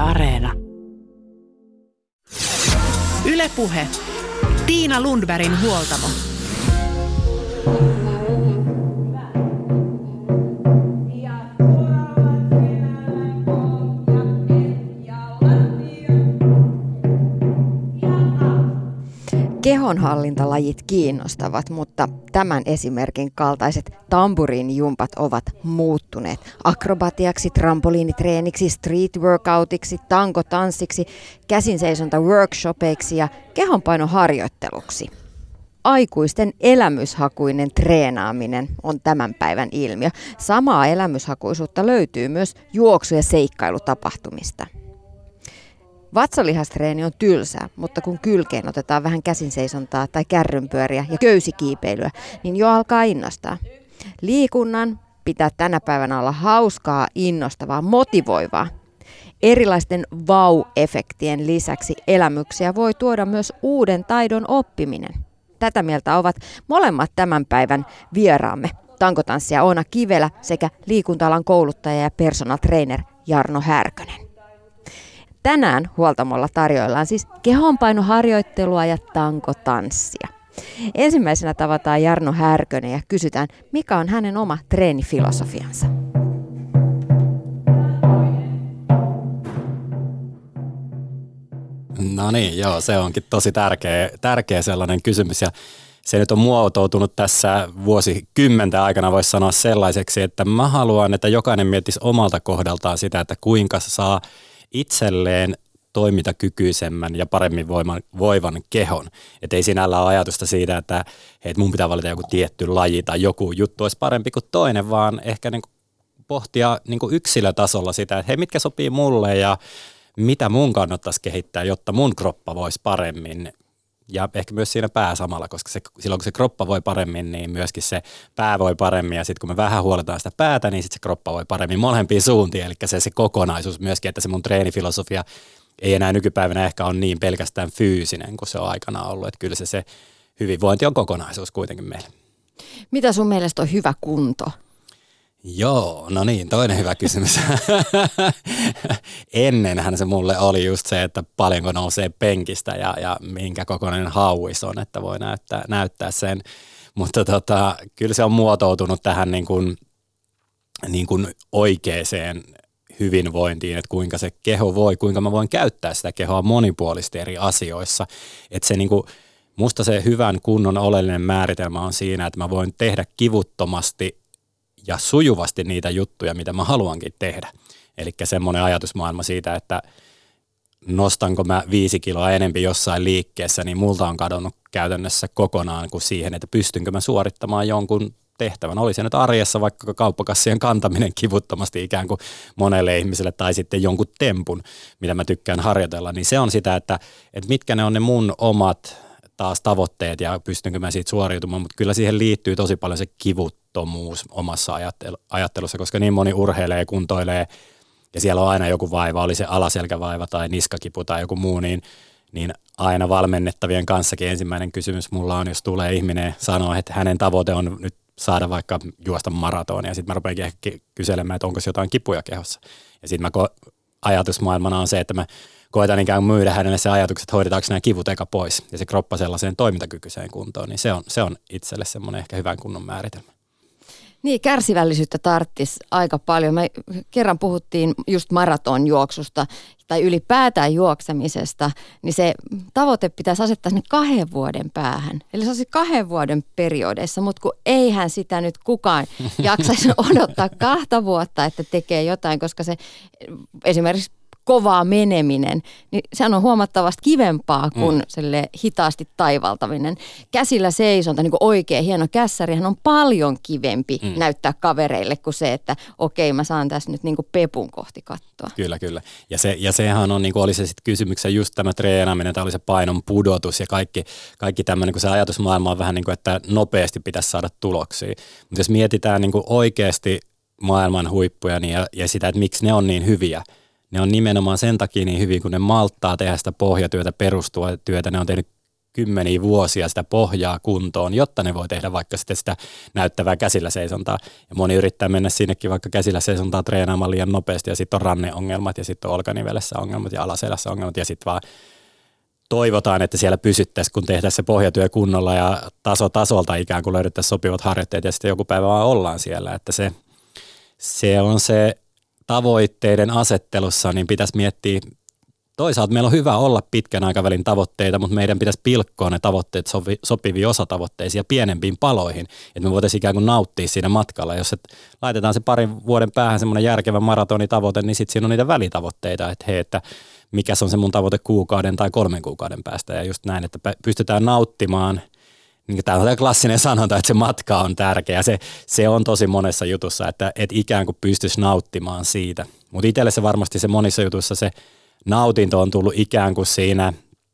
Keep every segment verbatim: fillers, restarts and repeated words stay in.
Areena. Yle Puhe. Tiina Lundbergin huoltamo. Kehonhallintalajit kiinnostavat, mutta tämän esimerkin kaltaiset tamburiinijumpat ovat muuttuneet akrobatiaksi, trampoliinitreeniksi, street workoutiksi, tankotanssiksi, käsinseisonta workshopeiksi ja kehonpainoharjoitteluksi. Aikuisten elämyshakuinen treenaaminen on tämän päivän ilmiö. Samaa elämyshakuisuutta löytyy myös juoksu- ja seikkailutapahtumista. Vatsalihastreeni on tylsää, mutta kun kylkeen otetaan vähän käsinseisontaa tai kärrynpyöriä ja köysikiipeilyä, niin jo alkaa innostaa. Liikunnan pitää tänä päivänä olla hauskaa, innostavaa, motivoivaa. Erilaisten vau-efektien lisäksi elämyksiä voi tuoda myös uuden taidon oppiminen. Tätä mieltä ovat molemmat tämän päivän vieraamme, tankotanssija Oona Kivelä sekä liikunta-alan kouluttaja ja personal trainer Jarno Härkönen. Tänään huoltamolla tarjoillaan siis kehonpainoharjoittelua ja tankotanssia. Ensimmäisenä tavataan Jarno Härkönen ja kysytään, mikä on hänen oma treenifilosofiansa. No niin, joo, se onkin tosi tärkeä, tärkeä sellainen kysymys ja se nyt on muotoutunut tässä vuosikymmenten aikana, voisi sanoa sellaiseksi, että mä haluan, että jokainen miettisi omalta kohdaltaan sitä, että kuinka saa itselleen toimintakykyisemmän ja paremmin voiman, voivan kehon. Että ei sinällä ole ajatusta siitä, että hei, mun pitää valita joku tietty laji tai joku juttu olisi parempi kuin toinen, vaan ehkä niin kuin pohtia niin kuin yksilötasolla sitä, että hei, mitkä sopii mulle ja mitä mun kannattaisi kehittää, jotta mun kroppa voisi paremmin. Ja ehkä myös siinä pää samalla, koska se, silloin kun se kroppa voi paremmin, niin myöskin se pää voi paremmin. Ja sitten kun me vähän huoletaan sitä päätä, niin sitten se kroppa voi paremmin molempiin suuntiin. Eli se, se kokonaisuus myöskin, että se mun treenifilosofia ei enää nykypäivänä ehkä ole niin pelkästään fyysinen kuin se on aikanaan ollut. Että kyllä se, se hyvinvointi on kokonaisuus kuitenkin meille. Mitä sun mielestä on hyvä kunto? Joo, no niin, toinen hyvä kysymys. Ennenhän se mulle oli just se, että paljonko nousee penkistä ja, ja minkä kokoinen hauis on, että voi näyttää, näyttää sen. Mutta tota, kyllä se on muotoutunut tähän niin kuin, niin kuin oikeaan hyvinvointiin, että kuinka se keho voi, kuinka mä voin käyttää sitä kehoa monipuolisesti eri asioissa. Että se niin kuin, musta se hyvän kunnon oleellinen määritelmä on siinä, että mä voin tehdä kivuttomasti ja sujuvasti niitä juttuja, mitä mä haluankin tehdä. Eli semmoinen ajatusmaailma siitä, että nostanko mä viisi kiloa enempi jossain liikkeessä, niin multa on kadonnut käytännössä kokonaan kuin siihen, että pystynkö mä suorittamaan jonkun tehtävän. Oli se nyt arjessa vaikka kauppakassien kantaminen kivuttomasti ikään kuin monelle ihmiselle tai sitten jonkun tempun, mitä mä tykkään harjoitella, niin se on sitä, että, että mitkä ne on ne mun omat taas tavoitteet ja pystynkö mä siitä suoriutumaan, mutta kyllä siihen liittyy tosi paljon se kivuttomuus omassa ajattelussa, koska niin moni urheilee ja kuntoilee ja siellä on aina joku vaiva, oli se alaselkävaiva tai niskakipu tai joku muu, niin, niin aina valmennettavien kanssakin ensimmäinen kysymys mulla on, jos tulee ihminen sanoo, että hänen tavoite on nyt saada vaikka juosta maratonia ja sitten mä rupeankin ehkä kyselemään, että onko jotain kipuja kehossa. Ja sitten mä ko- ajatusmaailmana on se, että mä koetan ikään kuin myydä hänelle se ajatukset, että hoidetaanko nämä kivut eka pois ja se kroppa sellaiseen toimintakykyiseen kuntoon, niin se on, se on itselle semmoinen ehkä hyvän kunnon määritelmä. Niin, kärsivällisyyttä tarttisi aika paljon. Me kerran puhuttiin just maratonjuoksusta tai ylipäätään juoksemisesta, niin se tavoite pitäisi asettaa sinne kahden vuoden päähän. Eli se olisi kahden vuoden periodeissa, mutta kun eihän sitä nyt kukaan jaksaisi odottaa kahta vuotta, että tekee jotain, koska se esimerkiksi kovaa meneminen, niin sehän on huomattavasti kivempaa kuin mm. hitaasti taivaltaminen. Käsillä seisonta, niin kuin oikea hieno kässärihän on paljon kivempi mm. näyttää kavereille kuin se, että okei, mä saan tässä nyt niin kuin pepun kohti kattoa. Kyllä, kyllä. Ja, se, ja sehän on, niin kuin oli se sitten kysymyksessä just tämä treenaaminen, tai oli se painon pudotus ja kaikki, kaikki tämmöinen, kun se ajatusmaailma on vähän niin kuin, että nopeasti pitäisi saada tuloksia. Mutta jos mietitään niin kuin oikeasti maailman huippuja niin ja, ja sitä, että miksi ne on niin hyviä, ne on nimenomaan sen takia niin hyvin, kun ne malttaa tehdä sitä pohjatyötä, perustua työtä. Ne on tehnyt kymmeniä vuosia sitä pohjaa kuntoon, jotta ne voi tehdä vaikka sitten sitä näyttävää käsillä seisontaa. Ja moni yrittää mennä sinnekin vaikka käsillä seisontaa treenaamaan liian nopeasti ja sitten on ranneongelmat ja sitten on olkanivelessä ongelmat ja alaselässä ongelmat ja sitten vaan toivotaan, että siellä pysyttäisiin, kun tehdään se pohjatyö kunnolla ja taso tasolta ikään kuin löydettäisiin sopivat harjoitteet ja sitten joku päivä vaan ollaan siellä. Että se, se on se tavoitteiden asettelussa, niin pitäisi miettiä, toisaalta meillä on hyvä olla pitkän aikavälin tavoitteita, mutta meidän pitäisi pilkkoa ne tavoitteet sovi, sopiviin osatavoitteisiin ja pienempiin paloihin, että me voitaisiin ikään kuin nauttia siinä matkalla. Jos et, laitetaan se parin vuoden päähän semmoinen järkevä maratonitavoite, niin sitten siinä on niitä välitavoitteita, että hei, että mikä se on se mun tavoite kuukauden tai kolmen kuukauden päästä ja just näin, että pystytään nauttimaan. Niin tämä on tämä klassinen sanonta, että se matka on tärkeä. Se, se on tosi monessa jutussa, että et ikään kuin pystyisi nauttimaan siitä. Mutta itselle se varmasti se monissa jutuissa se nautinto on tullut ikään kuin siinä,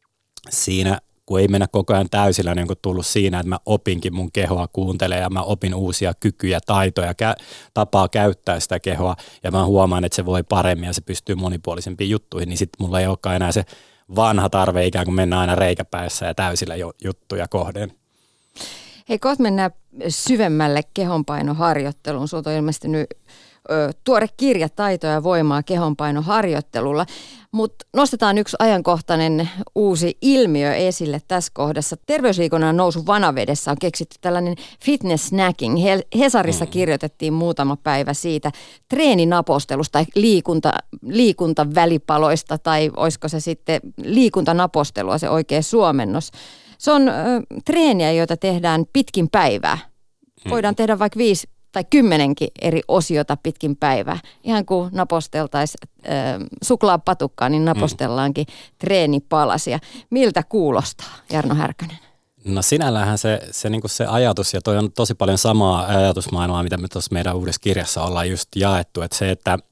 siinä kun ei mennä koko ajan täysillä, niin on tullut siinä, että mä opinkin mun kehoa kuuntelemaan ja mä opin uusia kykyjä, taitoja, kä- tapaa käyttää sitä kehoa ja mä huomaan, että se voi paremmin ja se pystyy monipuolisempiin juttuihin, niin sitten mulla ei olekaan enää se vanha tarve ikään kuin mennä aina reikäpäissä ja täysillä juttuja kohden. Hei, kohta mennään syvemmälle kehonpainoharjoitteluun. Sulta on ilmestynyt ö, tuore kirja Taitoja ja voimaa kehonpainoharjoittelulla, mutta nostetaan yksi ajankohtainen uusi ilmiö esille tässä kohdassa. Terveysliikunnan nousu vanavedessä on keksitty tällainen fitness snacking. Hesarissa mm. kirjoitettiin muutama päivä siitä treeninapostelusta tai liikunta, liikuntavälipaloista tai olisiko se sitten liikuntanapostelua se oikea suomennos. Se on ö, treeniä, joita tehdään pitkin päivää. Voidaan tehdä vaikka viisi tai kymmenenkin eri osiota pitkin päivää. Ihan kuin naposteltaisiin ö, suklaapatukkaa, niin napostellaankin treenipalasia. Miltä kuulostaa, Jarno Härkönen? No sinällähän se, se, niin kuin se ajatus, ja toi on tosi paljon samaa ajatusmaailmaa, mitä me tuossa meidän uudessa kirjassa ollaan just jaettu, että se, että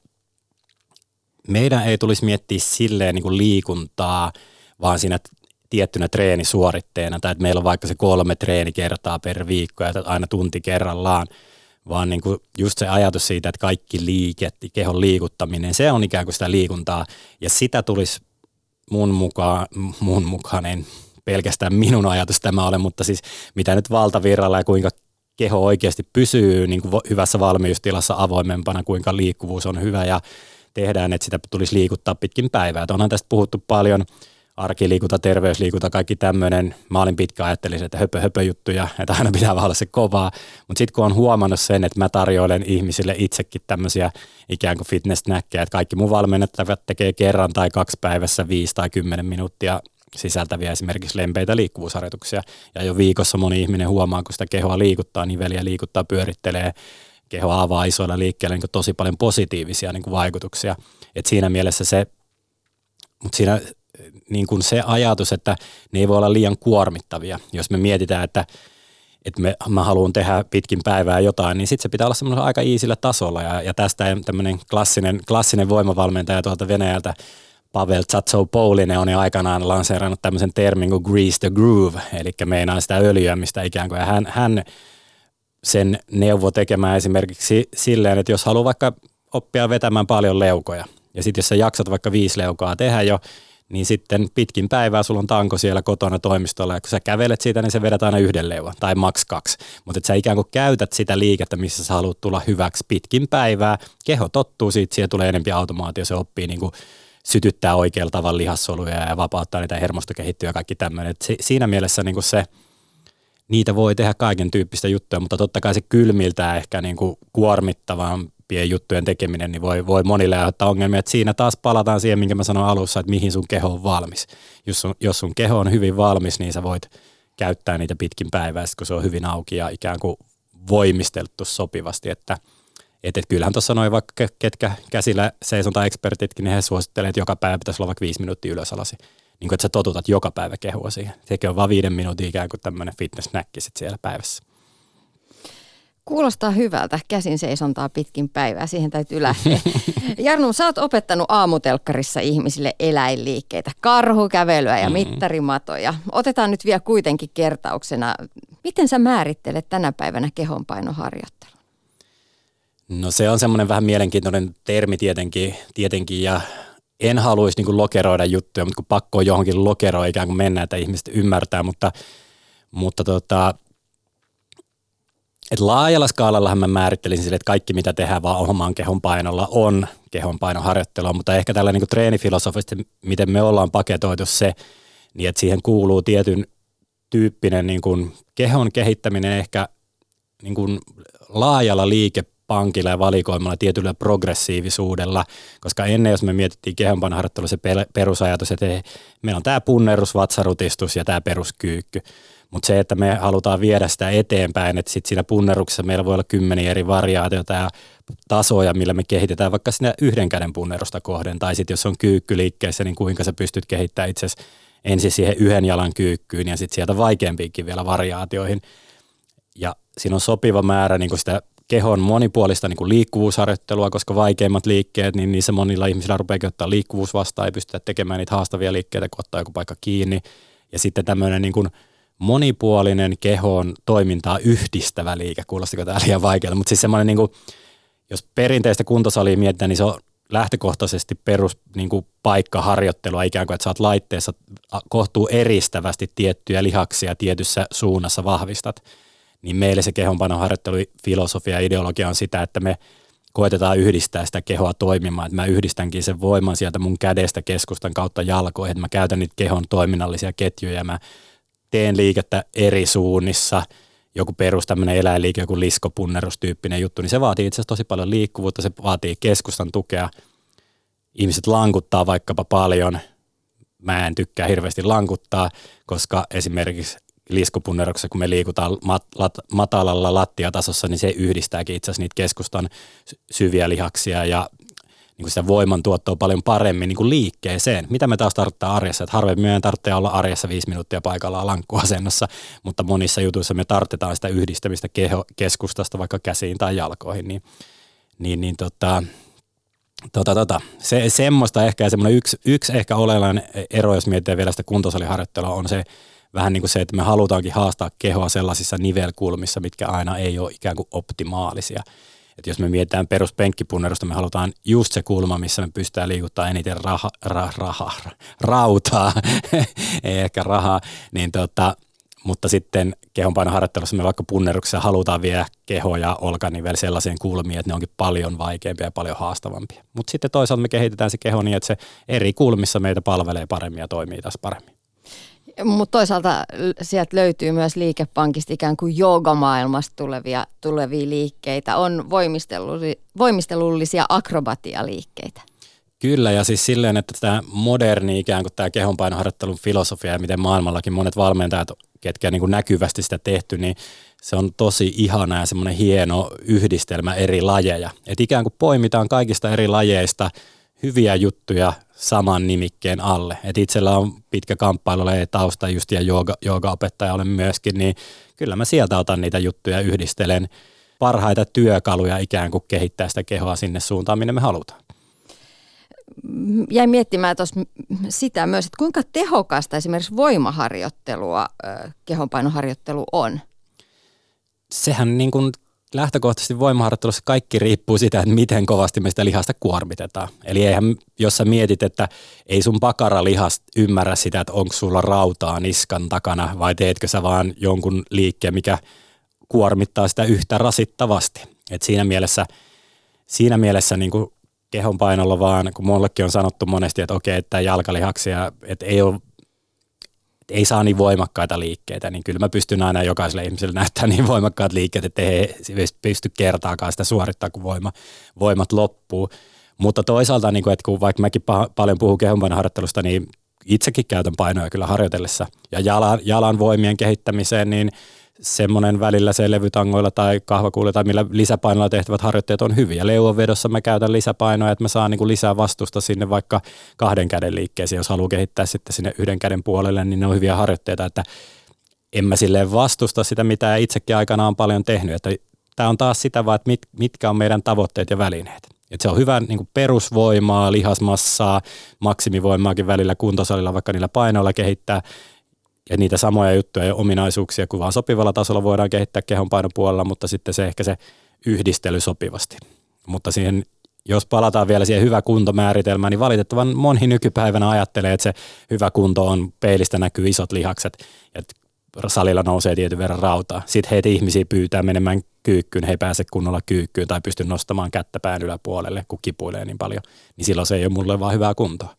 meidän ei tulisi miettiä silleen niin kuin liikuntaa, vaan siinä tiettynä treenisuoritteena, tai että meillä on vaikka se kolme treenikertaa per viikko ja aina tunti kerrallaan, vaan niin kuin just se ajatus siitä, että kaikki liike, kehon liikuttaminen, se on ikään kuin sitä liikuntaa, ja sitä tulisi mun mukaan, mun mukaan en pelkästään minun ajatus tämä ole, mutta siis mitä nyt valtavirralla ja kuinka keho oikeasti pysyy niin kuin hyvässä valmiustilassa avoimempana, kuinka liikkuvuus on hyvä ja tehdään, että sitä tulisi liikuttaa pitkin päivää. Et onhan tästä puhuttu paljon, arkiliikunta, terveysliikunta, kaikki tämmöinen. Mä olin pitkä ajattelisin, että höpö höpö juttuja, että aina pitää vaan olla se kovaa. Mutta sitten kun on huomannut sen, että mä tarjoilen ihmisille itsekin tämmöisiä ikään kuin fitness-snäkkejä, että kaikki mun valmennettavat tekee kerran tai kaksi päivässä viisi tai kymmenen minuuttia sisältäviä esimerkiksi lempeitä liikkuvuusharjoituksia. Ja jo viikossa moni ihminen huomaa, kun sitä kehoa liikuttaa, niveliä liikuttaa, pyörittelee, kehoa avaa isoilla liikkeellä niin tosi paljon positiivisia niin vaikutuksia. Et siinä mielessä se, mutta siinä niin kuin se ajatus, että ne ei voi olla liian kuormittavia. Jos me mietitään, että, että me, mä haluan tehdä pitkin päivää jotain, niin sitten se pitää olla semmoisella aika iisillä tasolla. Ja, ja tästä tämmöinen klassinen, klassinen voimavalmentaja tuolta Venäjältä, Pavel Tsatsoupoulinen on jo aikanaan lanseerannut tämmöisen termin kuin grease the groove, eli meinaa sitä öljyämistä ikään kuin. Ja hän, hän sen neuvo tekemään esimerkiksi silleen, että jos haluaa vaikka oppia vetämään paljon leukoja, ja sitten jos sä jaksat vaikka viisi leukaa tehdä jo, niin sitten pitkin päivää sulla on tanko siellä kotona toimistolla, ja kun sä kävelet siitä, niin se vedät aina yhden leuan, tai maks kaksi. Mutta että sä ikään kuin käytät sitä liikettä, missä sä haluat tulla hyväksi pitkin päivää, keho tottuu siitä, siihen tulee enemmän automaatio, se oppii niin kuin sytyttää oikealla tavalla lihassoluja ja vapauttaa niitä hermostokehittyjä ja kaikki tämmöinen. Et siinä mielessä niin kuin se, niitä voi tehdä kaiken tyyppistä juttuja, mutta totta kai se kylmiltään ehkä niin kuin kuormittavampien juttujen tekeminen niin voi, voi monille aiheuttaa ongelmia. Et siinä taas palataan siihen, minkä mä sanoin alussa, että mihin sun keho on valmis. Jos sun, jos sun keho on hyvin valmis, niin sä voit käyttää niitä pitkin päivää, kun se on hyvin auki ja ikään kuin voimisteltu sopivasti, että Et, et kyllähän tuossa noin vaikka ketkä käsillä seisonta-ekspertitkin, niin he suosittelevat, että joka päivä pitäisi olla vaikka viisi minuuttia ylösalasi. Niin kuin, että sä totutat joka päivä kehua siihen. Sekin on vaan viiden minuutin ikään kuin tämmöinen fitness-näkki sit siellä päivässä. Kuulostaa hyvältä, käsin seisontaa pitkin päivää, siihen täytyy lähteä. Jarno, sä oot opettanut aamutelkkarissa ihmisille eläinliikkeitä, karhukävelyä ja mittarimatoja. Otetaan nyt vielä kuitenkin kertauksena, miten sä määrittelet tänä päivänä kehonpainoharjoittelun? No se on semmoinen vähän mielenkiintoinen termi tietenkin, tietenkin ja en haluaisi niin kuin lokeroida juttuja, mutta kun pakko on johonkin lokeroida ikään kuin mennä, että ihmiset ymmärtää, mutta, mutta tota, et laajalla skaalallahan mä määrittelisin sille, että kaikki mitä tehdään vaan oman kehon painolla on kehon painoharjoittelua, mutta ehkä tällä niin kuin treenifilosofisesti, miten me ollaan paketoitu se, niin että siihen kuuluu tietyn tyyppinen niin kuin kehon kehittäminen ehkä niin kuin laajalla liikepankilla ja valikoimalla tietyllä progressiivisuudella, koska ennen jos me mietittiin kehonpainoharjoittelua se perusajatus, että hei, meillä on tämä punnerus, vatsarutistus ja tämä peruskyykky, mutta se, että me halutaan viedä sitä eteenpäin, että sitten siinä punneruksessa meillä voi olla kymmeniä eri variaatioita ja tasoja, millä me kehitetään vaikka sinne yhden käden punnerusta kohden, tai sitten jos on kyykky liikkeessä, niin kuinka sä pystyt kehittämään itse asiassa ensin siihen yhden jalan kyykkyyn ja sitten sieltä vaikeampiinkin vielä variaatioihin. Ja siinä on sopiva määrä niin kuin sitä kehon monipuolista niin kuin liikkuvuusharjoittelua, koska vaikeimmat liikkeet, niin niissä monilla ihmisillä rupeaa ottaa liikkuvuus vastaan, ei pystytä tekemään niitä haastavia liikkeitä, kun ottaa joku paikka kiinni. Ja sitten tämmöinen niin kuin monipuolinen kehon toimintaa yhdistävä liike, kuulostiko tämä liian vaikealta, mutta siis semmoinen, niin kuin, jos perinteistä kuntosalia mietitään, niin se on lähtökohtaisesti perus niin kuin paikkaharjoittelua ikään kuin, että sä oot laitteessa kohtuu eristävästi tiettyjä lihaksia tietyssä suunnassa vahvistat, niin meille se kehonpainoharjoittelufilosofia ja ideologia on sitä, että me koetetaan yhdistää sitä kehoa toimimaan, että mä yhdistänkin sen voiman sieltä mun kädestä keskustan kautta jalkoihin, että mä käytän niitä kehon toiminnallisia ketjuja ja mä teen liikettä eri suunnissa, joku perus tämmöinen eläinliike, joku liskopunnerustyyppinen juttu, niin se vaatii itse asiassa tosi paljon liikkuvuutta, se vaatii keskustan tukea. Ihmiset lankuttaa vaikkapa paljon, mä en tykkää hirveästi lankuttaa, koska esimerkiksi liskopunneruksessa, kun me liikutaan mat, lat, matalalla lattiatasossa, niin se yhdistääkin itse asiassa niitä keskustan syviä lihaksia ja niin kuin sitä voimantuottoa paljon paremmin niin kuin liikkeeseen. Mitä me taas tarvitsemme arjessa? Että harvemmin meidän tarvitsee olla arjessa viisi minuuttia paikallaan lankkuasennossa, mutta monissa jutuissa me tarvitaan sitä yhdistämistä keho, keskustasta vaikka käsiin tai jalkoihin. Niin, niin, niin tota, tota, tota. Se, semmoista ehkä ja semmoinen yksi, yksi ehkä oleellinen ero, jos mietitään vielä sitä kuntosaliharjoittelua, on se vähän niin kuin se, että me halutaankin haastaa kehoa sellaisissa nivelkulmissa, mitkä aina ei ole ikään kuin optimaalisia. Että jos me mietitään peruspenkkipunnerusta, me halutaan just se kulma, missä me pystytään liikuttamaan eniten raha, ra, raha, rautaa, ei ehkä rahaa, niin tota, mutta sitten kehonpainoharjoittelussa me vaikka punneruksessa halutaan viedä keho ja olkanivel sellaiseen kulmiin, että ne onkin paljon vaikeampia ja paljon haastavampia. Mutta sitten toisaalta me kehitetään se keho niin, että se eri kulmissa meitä palvelee paremmin ja toimii taas paremmin. Mutta toisaalta sieltä löytyy myös liikepankista ikään kuin joogamaailmasta tulevia, tulevia liikkeitä. On voimistelullisia akrobatialiikkeitä. Kyllä, ja siis silleen, että tämä moderni ikään kuin tämä kehonpainoharjoittelun filosofia ja miten maailmallakin monet valmentajat, ketkä niin kuin näkyvästi sitä tehty, niin se on tosi ihana ja semmoinen hieno yhdistelmä eri lajeja. Että ikään kuin poimitaan kaikista eri lajeista hyviä juttuja saman nimikkeen alle. Et itsellä on pitkä kamppailu tausta just ja jooga, joogaopettaja olen myöskin, niin kyllä mä sieltä otan niitä juttuja ja yhdistelen parhaita työkaluja ikään kuin kehittää sitä kehoa sinne suuntaan, minne me halutaan. Jäin miettimään tuossa sitä myös, että kuinka tehokasta esimerkiksi voimaharjoittelua, kehonpainoharjoittelu on? Sehän niin kuin lähtökohtaisesti voimaharjoittelussa kaikki riippuu siitä, että miten kovasti me sitä lihasta kuormitetaan. Eli eihän, jos sä mietit, että ei sun pakaralihas ymmärrä sitä, että onko sulla rautaa niskan takana vai teetkö sä vaan jonkun liikkeen, mikä kuormittaa sitä yhtä rasittavasti. Et siinä mielessä, siinä mielessä niin kuin kehonpainolla vaan, kun mullekin on sanottu monesti, että okei, että jalkalihaksia, että ei ole ei saa niin voimakkaita liikkeitä, niin kyllä mä pystyn aina jokaiselle ihmiselle näyttämään niin voimakkaat liikkeet, että ei pysty kertaakaan sitä suorittaa, kun voima, voimat loppuu. Mutta toisaalta, niin kun, että kun vaikka mäkin pa- paljon puhun kehonpainoharjoittelusta, niin itsekin käytän painoja kyllä harjoitellessa. Ja jalan, jalan voimien kehittämiseen, niin semmoinen välillä se levytangoilla tai kahvakuulla tai millä lisäpainoilla tehtävät harjoitteet on hyviä. Leuanvedossa mä käytän lisäpainoja, että mä saan niin kuin lisää vastusta sinne vaikka kahden käden liikkeeseen. Jos haluaa kehittää sitten sinne yhden käden puolelle, niin ne on hyviä harjoitteita, että en mä silleen vastusta sitä, mitä itsekin aikana on paljon tehnyt. Että tämä on taas sitä vaan, että mit, mitkä on meidän tavoitteet ja välineet. Että se on hyvä niin kuin perusvoimaa, lihasmassaa, maksimivoimaakin välillä kuntosalilla, vaikka niillä painoilla kehittää. Ja niitä samoja juttuja ja ominaisuuksia, kun vaan sopivalla tasolla voidaan kehittää kehonpainon puolella, mutta sitten se ehkä se yhdistely sopivasti. Mutta siihen jos palataan vielä siihen hyvä kuntomääritelmään, niin valitettavan moni nykypäivänä ajattelee, että se hyvä kunto on peilistä näkyy isot lihakset, että salilla nousee tietyn verran rautaa. Sitten heitä ihmisiä pyytää menemään kyykkyyn, he ei pääse kunnolla kyykkyyn tai pysty nostamaan kättä pään yläpuolelle, kun kipuilee niin paljon, niin silloin se ei ole mulle vaan hyvää kuntoa.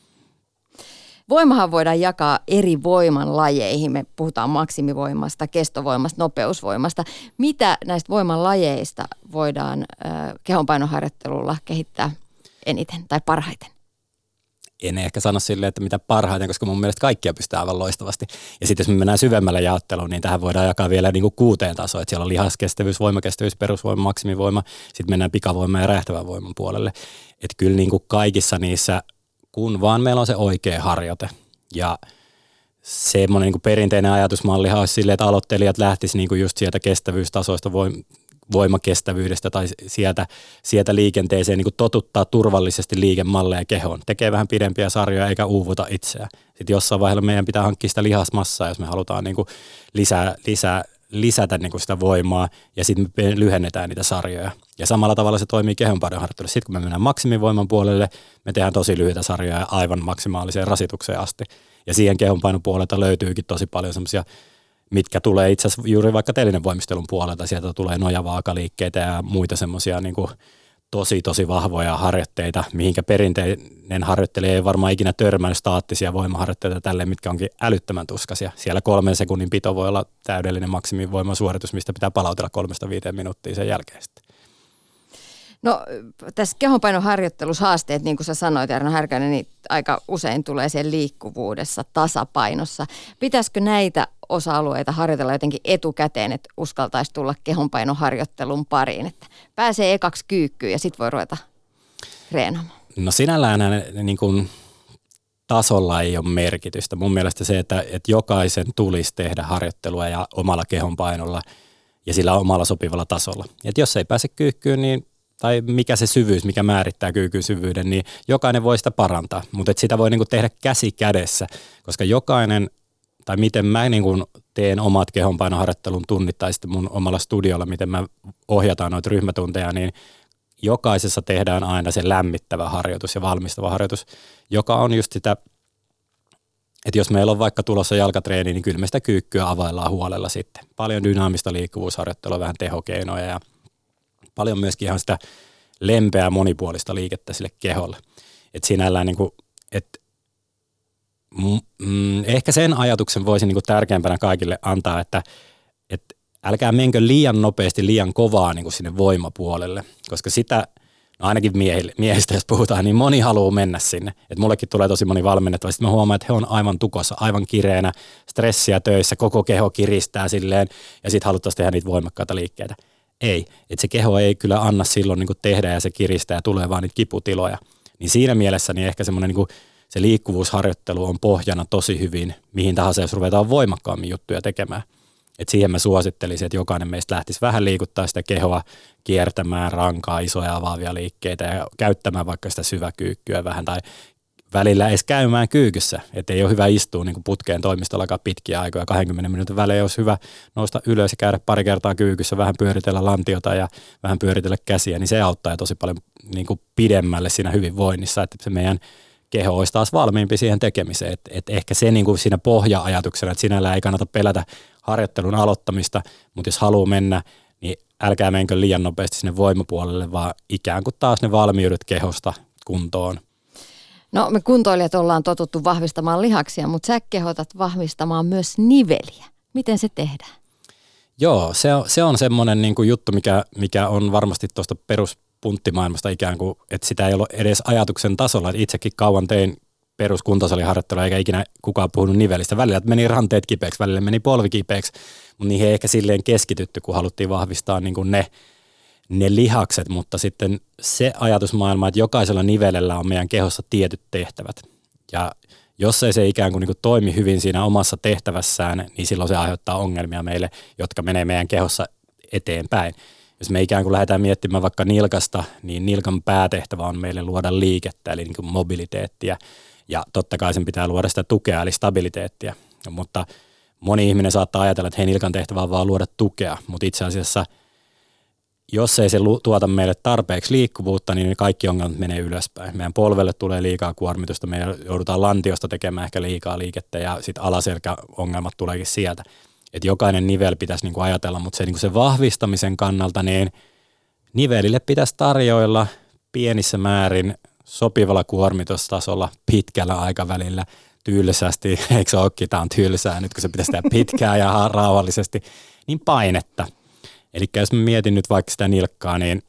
Voimahan voidaan jakaa eri voimanlajeihin. Me puhutaan maksimivoimasta, kestovoimasta, nopeusvoimasta. Mitä näistä voimanlajeista voidaan äh, kehonpainoharjoittelulla kehittää eniten tai parhaiten? En ehkä sano silleen, että mitä parhaiten, koska mun mielestä kaikkia pystyy aivan loistavasti. Ja sitten jos me mennään syvemmälle jaotteluun, niin tähän voidaan jakaa vielä niin kuin kuuteen tasoon. Että siellä on lihaskestävyys, voimakestävyys, perusvoima, maksimivoima. Sitten mennään pikavoima ja räjähtävän voiman puolelle. Että kyllä niin kuin kaikissa niissä, kun vaan meillä on se oikea harjoite. Ja semmoinen niin kuin perinteinen ajatusmallihan olisi silleen, että aloittelijat lähtisivät niin kuin just sieltä kestävyystasoista, voimakestävyydestä tai sieltä, sieltä liikenteeseen niin kuin totuttaa turvallisesti liikemalleja kehoon. Tekee vähän pidempiä sarjoja eikä uuvuta itseään. Sitten jossain vaiheessa meidän pitää hankkia sitä lihasmassaa, jos me halutaan niin kuin lisää, lisää, lisätä niin kuin sitä voimaa ja sitten me lyhennetään niitä sarjoja. Ja samalla tavalla se toimii kehonpainoharjoittelussa. Sitten kun me mennään maksimivoiman puolelle, me tehdään tosi lyhyitä sarjoja aivan maksimaaliseen rasitukseen asti. Ja siihen kehonpainon puolelta löytyykin tosi paljon semmoisia, mitkä tulee itse asiassa juuri vaikka telinen voimistelun puolelta. Sieltä tulee nojavaakaliikkeitä ja muita semmoisia niin kuin tosi tosi vahvoja harjoitteita, mihinkä perinteinen harjoittelija ei varmaan ikinä törmännyt staattisia voimaharjoitteita tälleen, mitkä onkin älyttömän tuskaisia. Siellä kolmen sekunnin pito voi olla täydellinen maksimivoimasuoritus, mistä pitää palautella kolmesta viiteen minuuttia sen jälkeen sitten. No tässä kehonpainoharjoittelussa haasteet, niin kuin sä sanoit, Jarno Härkänen, niin aika usein tulee siellä liikkuvuudessa, tasapainossa. Pitäisikö näitä osa-alueita harjoitella jotenkin etukäteen, että uskaltaisi tulla kehonpainoharjoittelun pariin, että pääsee ekaksi kyykkyyn ja sitten voi ruveta treenaamaan? No sinällään niin kuin tasolla ei ole merkitystä. Mun mielestä se, että, että jokaisen tulisi tehdä harjoittelua ja omalla kehonpainolla ja sillä omalla sopivalla tasolla. Että jos ei pääse kyykkyyn, niin tai mikä se syvyys, mikä määrittää kyykyn syvyyden, niin jokainen voi sitä parantaa, mutta sitä voi niinku tehdä käsi kädessä, koska jokainen, tai miten mä niinku teen omat kehonpainoharjoittelun tunnit tai sitten mun omalla studiolla, miten mä ohjataan noita ryhmätunteja, niin jokaisessa tehdään aina se lämmittävä harjoitus ja valmistava harjoitus, joka on just sitä, että jos meillä on vaikka tulossa jalkatreeni, niin kyllä me sitä kyykkyä availlaan huolella sitten. Paljon dynaamista liikkuvuusharjoittelua, vähän tehokeinoja ja paljon myöskin ihan sitä lempeää monipuolista liikettä sille keholle. Että sinällään niinku, et, mm, ehkä sen ajatuksen voisin niinku tärkeämpänä kaikille antaa, että et älkää menkö liian nopeasti, liian kovaa niinku sinne voimapuolelle, koska sitä, no ainakin miehille, miehistä jos puhutaan, niin moni haluaa mennä sinne. Et mullekin tulee tosi moni valmennettava, sitten mä huomaan, että he on aivan tukossa, aivan kireänä, stressiä töissä, koko keho kiristää silleen ja sitten haluttaisiin tehdä niitä voimakkaita liikkeitä. Ei, että se keho ei kyllä anna silloin niin kuin tehdä ja se kiristää ja tulee vaan niitä kiputiloja. Niin siinä mielessä niin ehkä semmoinen niin kuin se liikkuvuusharjoittelu on pohjana tosi hyvin, mihin tahansa jos ruvetaan voimakkaammin juttuja tekemään. Et siihen mä suosittelisin, että jokainen meistä lähtisi vähän liikuttaa sitä kehoa, kiertämään rankaa, isoja avaavia liikkeitä ja käyttämään vaikka sitä syväkyykkyä vähän tai välillä edes käymään kyykyssä, että ei ole hyvä istua niin kuin putkeen toimistollakaan pitkiä aikoja. kaksikymmentä minuutin välein olisi hyvä nousta ylös ja käydä pari kertaa kyykyssä, vähän pyöritellä lantiota ja vähän pyöritellä käsiä, niin se auttaa tosi paljon niin kuin pidemmälle siinä hyvinvoinnissa, että se meidän keho olisi taas valmiimpi siihen tekemiseen. Et, et ehkä se niin kuin siinä pohja-ajatuksena, että sinällään ei kannata pelätä harjoittelun aloittamista, mutta jos haluaa mennä, niin älkää menkö liian nopeasti sinne voimapuolelle, vaan ikään kuin taas ne valmiudet kehosta kuntoon. No me kuntoilijat ollaan totuttu vahvistamaan lihaksia, mutta sä kehotat vahvistamaan myös niveliä. Miten se tehdään? Joo, se on, se on semmoinen niin kuin juttu, mikä, mikä on varmasti tuosta peruspunttimaailmasta ikään kuin, että sitä ei ole edes ajatuksen tasolla. Että itsekin kauan tein peruskuntosaliharjoittelua, eikä ikinä kukaan puhunut nivelistä. Välillä meni ranteet kipeäksi, välillä meni polvi kipeäksi, mutta niihin ei ehkä silleen keskitytty, kun haluttiin vahvistaa niin kuin ne, ne lihakset, mutta sitten se ajatusmaailma, että jokaisella nivelellä on meidän kehossa tietyt tehtävät. Ja jos ei se ikään kuin, niin kuin toimi hyvin siinä omassa tehtävässään, niin silloin se aiheuttaa ongelmia meille, jotka menee meidän kehossa eteenpäin. Jos me ikään kuin lähdetään miettimään vaikka nilkasta, niin nilkan päätehtävä on meille luoda liikettä, eli niin kuin mobiliteettia. Ja totta kai sen pitää luoda sitä tukea, eli stabiliteettia. Mutta moni ihminen saattaa ajatella, että hei, nilkan tehtävä on vaan luoda tukea, mutta itse asiassa jos ei se tuota meille tarpeeksi liikkuvuutta, niin kaikki ongelmat menee ylöspäin. Meidän polvelle tulee liikaa kuormitusta, me joudutaan lantiosta tekemään ehkä liikaa liikettä ja sitten alaselkäongelmat tuleekin sieltä. Että jokainen nivel pitäisi niinku ajatella, mutta se, niinku se vahvistamisen kannalta, niin nivelille pitäisi tarjoilla pienissä määrin sopivalla kuormitustasolla pitkällä aikavälillä tylsästi, eikö se olekin, tämä on tylsää nyt kun se pitäisi tehdä pitkään ja rauhallisesti, niin painetta. Eli jos mä mietin nyt vaikka sitä nilkkaa, niin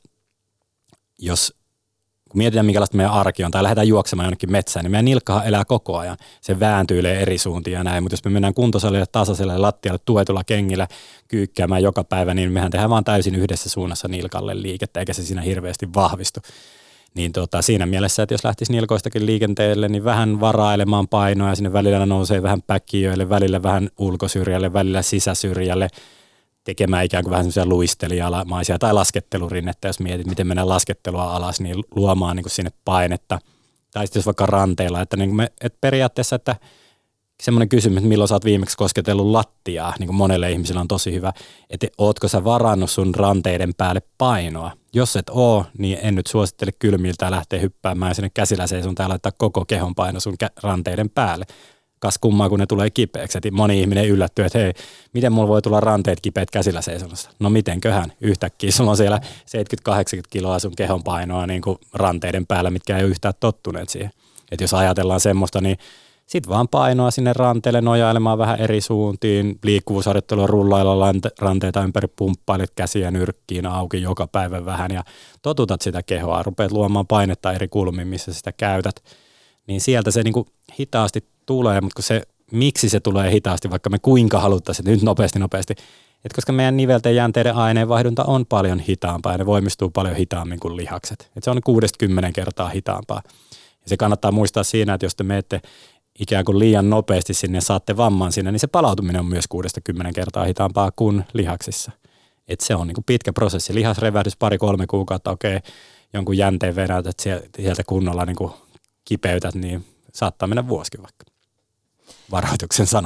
jos kun mietitään minkälaista meidän arki on tai lähdetään juoksemaan jonnekin metsään, niin meidän nilkkahan elää koko ajan. Se vääntyilee eri suuntiin ja näin, mutta jos me mennään kuntosalille tasaiselle lattialle tuetulla kengillä kyykkäämään joka päivä, niin mehän tehdään vaan täysin yhdessä suunnassa nilkalle liikettä, eikä se siinä hirveästi vahvistu. Niin tota, siinä mielessä, että jos lähtisi nilkoistakin liikenteelle, niin vähän varailemaan painoa ja sinne välillä nousee vähän päkkiöille, välillä vähän ulkosyrjälle, välillä sisäsyrjälle, tekemään ikään kuin vähän semmoisia luistelijamaisia tai laskettelurinnettä, jos mietit, miten mennään laskettelua alas, niin luomaan niin kuin sinne painetta. Tai sitten jos vaikka ranteilla, että, niin kuin me, että periaatteessa, että semmoinen kysymys, että milloin sä oot viimeksi kosketellut lattiaa, niin kuin monelle ihmiselle on tosi hyvä, että ootko sä varannut sun ranteiden päälle painoa? Jos et oo, niin en nyt suosittele kylmiltä lähteä hyppäämään sinne käsillä seisontaan ja laittaa koko kehon paino sun ranteiden päälle. Kas kummaa, kun ne tulee kipeäksi. Et moni ihminen yllättyy, että hei, miten mulla voi tulla ranteet kipeät käsillä seisonnasta? No mitenköhän yhtäkkiä, sulla on siellä seitsemänkymmentä kahdeksankymmentä kiloa sun kehon painoa niin kuin ranteiden päällä, mitkä ei ole yhtään tottuneet siihen. Et jos ajatellaan semmoista, niin sit vaan painoa sinne ranteelle nojailemaan vähän eri suuntiin, liikkuvuusharjoittelua rullailla ranteita ympäri, pumppailet käsiä nyrkkiin auki joka päivä vähän ja totutat sitä kehoa, rupeat luomaan painetta eri kulmiin, missä sitä käytät, niin sieltä se niin kuin hitaasti tulee, mutta se, miksi se tulee hitaasti, vaikka me kuinka haluttaisiin, nyt nopeasti nopeasti, että koska meidän nivelten jänteiden aineenvaihdunta on paljon hitaampaa ja ne voimistuu paljon hitaammin kuin lihakset, että se on kuudesta-kymmenen kertaa hitaampaa. Ja se kannattaa muistaa siinä, että jos te menette ikään kuin liian nopeasti sinne ja saatte vamman sinne, niin se palautuminen on myös kuudesta-kymmenen kertaa hitaampaa kuin lihaksissa. Et se on niin kuin pitkä prosessi. Lihasrevähdys pari-kolme kuukautta, okei, jonkun jänteen venäytät sieltä kunnolla niin kuin kipeytät, niin saattaa mennä vuosikin vaikka. Varoituksen sana.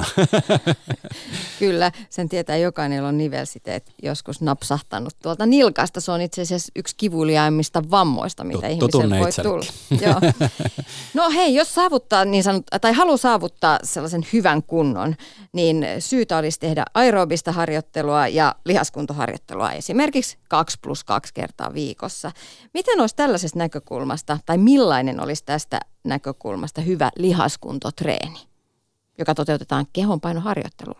Kyllä, sen tietää jokainen, on nivelsiteet joskus napsahtanut tuolta nilkasta. Se on itse asiassa yksi kivuliaimmista vammoista, mitä ihmisellä voi tulla. Joo. No hei, jos saavuttaa niin sanot, tai haluaa saavuttaa sellaisen hyvän kunnon, niin syytä olisi tehdä aerobista harjoittelua ja lihaskuntoharjoittelua esimerkiksi kaksi plus kaksi kertaa viikossa. Miten olisi tällaisesta näkökulmasta, tai millainen olisi tästä näkökulmasta hyvä lihaskuntotreeni, joka toteutetaan kehonpainoharjoittelulla?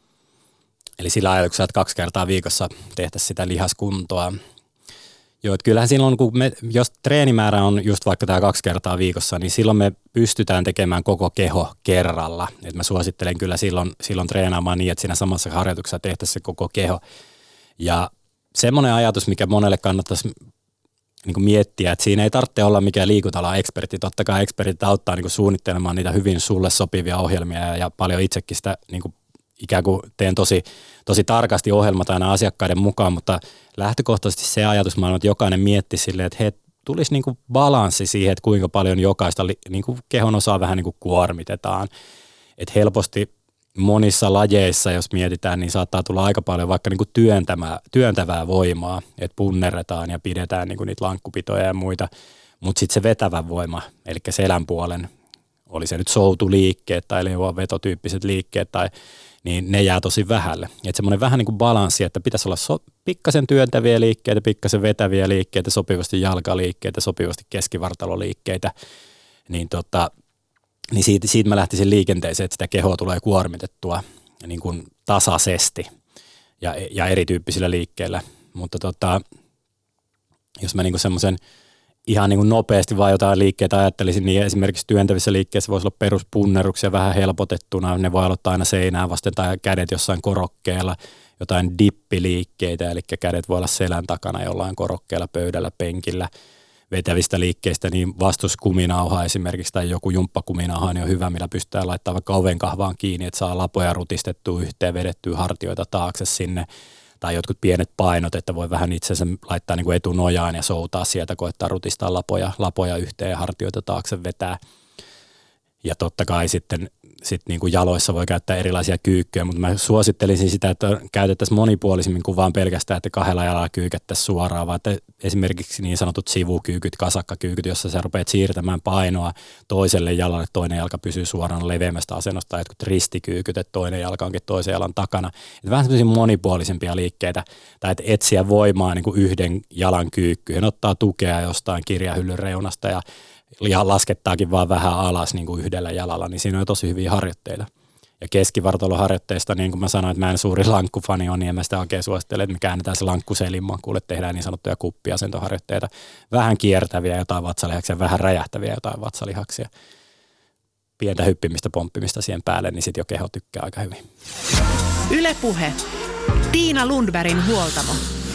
Eli sillä ajatuksella, että kaksi kertaa viikossa tehtäisiin sitä lihaskuntoa. Joo, että kyllähän silloin, kun me, jos treenimäärä on just vaikka tämä kaksi kertaa viikossa, niin silloin me pystytään tekemään koko keho kerralla. Et mä suosittelen kyllä silloin, silloin treenaamaan niin, että siinä samassa harjoituksessa tehtäisiin se koko keho. Ja semmoinen ajatus, mikä monelle kannattaisi niin kuin miettiä, että siinä ei tarvitse olla mikään liikunta-alan ekspertti. Totta kai ekspertit auttaa niin kuin suunnittelemaan niitä hyvin sulle sopivia ohjelmia ja, ja paljon itsekin sitä niin kuin ikään kuin teen tosi, tosi tarkasti ohjelmat aina asiakkaiden mukaan, mutta lähtökohtaisesti se ajatusmaailma, että jokainen mietti silleen, että he, tulisi niin kuin balanssi siihen, että kuinka paljon jokaista niin kuin kehon osaa vähän niin kuin kuormitetaan. Että helposti monissa lajeissa, jos mietitään, niin saattaa tulla aika paljon vaikka niin kuin työntävää, työntävää voimaa, että punnerretaan ja pidetään niin kuin niitä lankkupitoja ja muita, mutta sitten se vetävä voima, eli selän puolen, oli se nyt soutuliikkeet tai vetotyyppiset liikkeet, tai, niin ne jää tosi vähälle. Että semmoinen vähän niin kuin balanssi, että pitäisi olla so, pikkasen työntäviä liikkeitä, pikkasen vetäviä liikkeitä, sopivasti jalkaliikkeitä, sopivasti keskivartaloliikkeitä, niin tota, niin siitä, siitä mä lähtisin liikenteeseen, että sitä kehoa tulee kuormitettua niin kuin tasaisesti ja, ja erityyppisillä liikkeillä. Mutta tota, jos mä niin kuin semmoisen ihan niin kuin nopeasti vaan jotain liikkeitä ajattelisin, niin esimerkiksi työntävissä liikkeissä voisi olla peruspunneruksia vähän helpotettuna. Ne voi aloittaa aina seinää vasten tai kädet jossain korokkeella, jotain dippiliikkeitä, eli kädet voi olla selän takana jollain korokkeella, pöydällä, penkillä. Vetävistä liikkeistä, niin vastuskuminauha esimerkiksi tai joku jumppakuminauha niin on hyvä, millä pystytään laittamaan vaikka ovenkahvaan kiinni, että saa lapoja rutistettua yhteen, vedettyä hartioita taakse sinne, tai jotkut pienet painot, että voi vähän itsensä laittaa niin kuin etunojaan ja soutaa sieltä, koettaa rutistaa lapoja, lapoja yhteen ja hartioita taakse vetää. Ja totta kai sitten sit niin kuin jaloissa voi käyttää erilaisia kyykkyjä, mutta mä suosittelisin sitä, että käytettäisiin monipuolisemmin kuin vaan pelkästään, että kahdella jalalla kyykättäisiin suoraan, vaan että esimerkiksi niin sanotut sivukyykyt, kasakkakyykyt, jossa sä rupeat siirtämään painoa toiselle jalalle, toinen jalka pysyy suoraan leveämmästä asennosta, tai jotkut ristikyykyt, että toinen jalka onkin toisen jalan takana. Että vähän semmoisia monipuolisempia liikkeitä, tai että etsiä voimaa niin kuin yhden jalan kyykkyyn, ottaa tukea jostain kirjahyllyn reunasta ja ja laskettaakin vaan vähän alas niin kuin yhdellä jalalla, niin siinä on tosi hyviä harjoitteita. Ja keskivartaloharjoitteista, niin kuin mä sanoin, että mä en suuri lankkufani ole, niin en mä sitä oikein suosittele, että me käännetään se lankku selinmakuulle, tehdään niin sanottuja kuppiasentoharjoitteita, vähän kiertäviä jotain vatsalihaksia, vähän räjähtäviä jotain vatsalihaksia. Pientä hyppimistä, pomppimista siihen päälle, niin sit jo keho tykkää aika hyvin. Yle Puhe. Tiina Lundbergin huoltamo.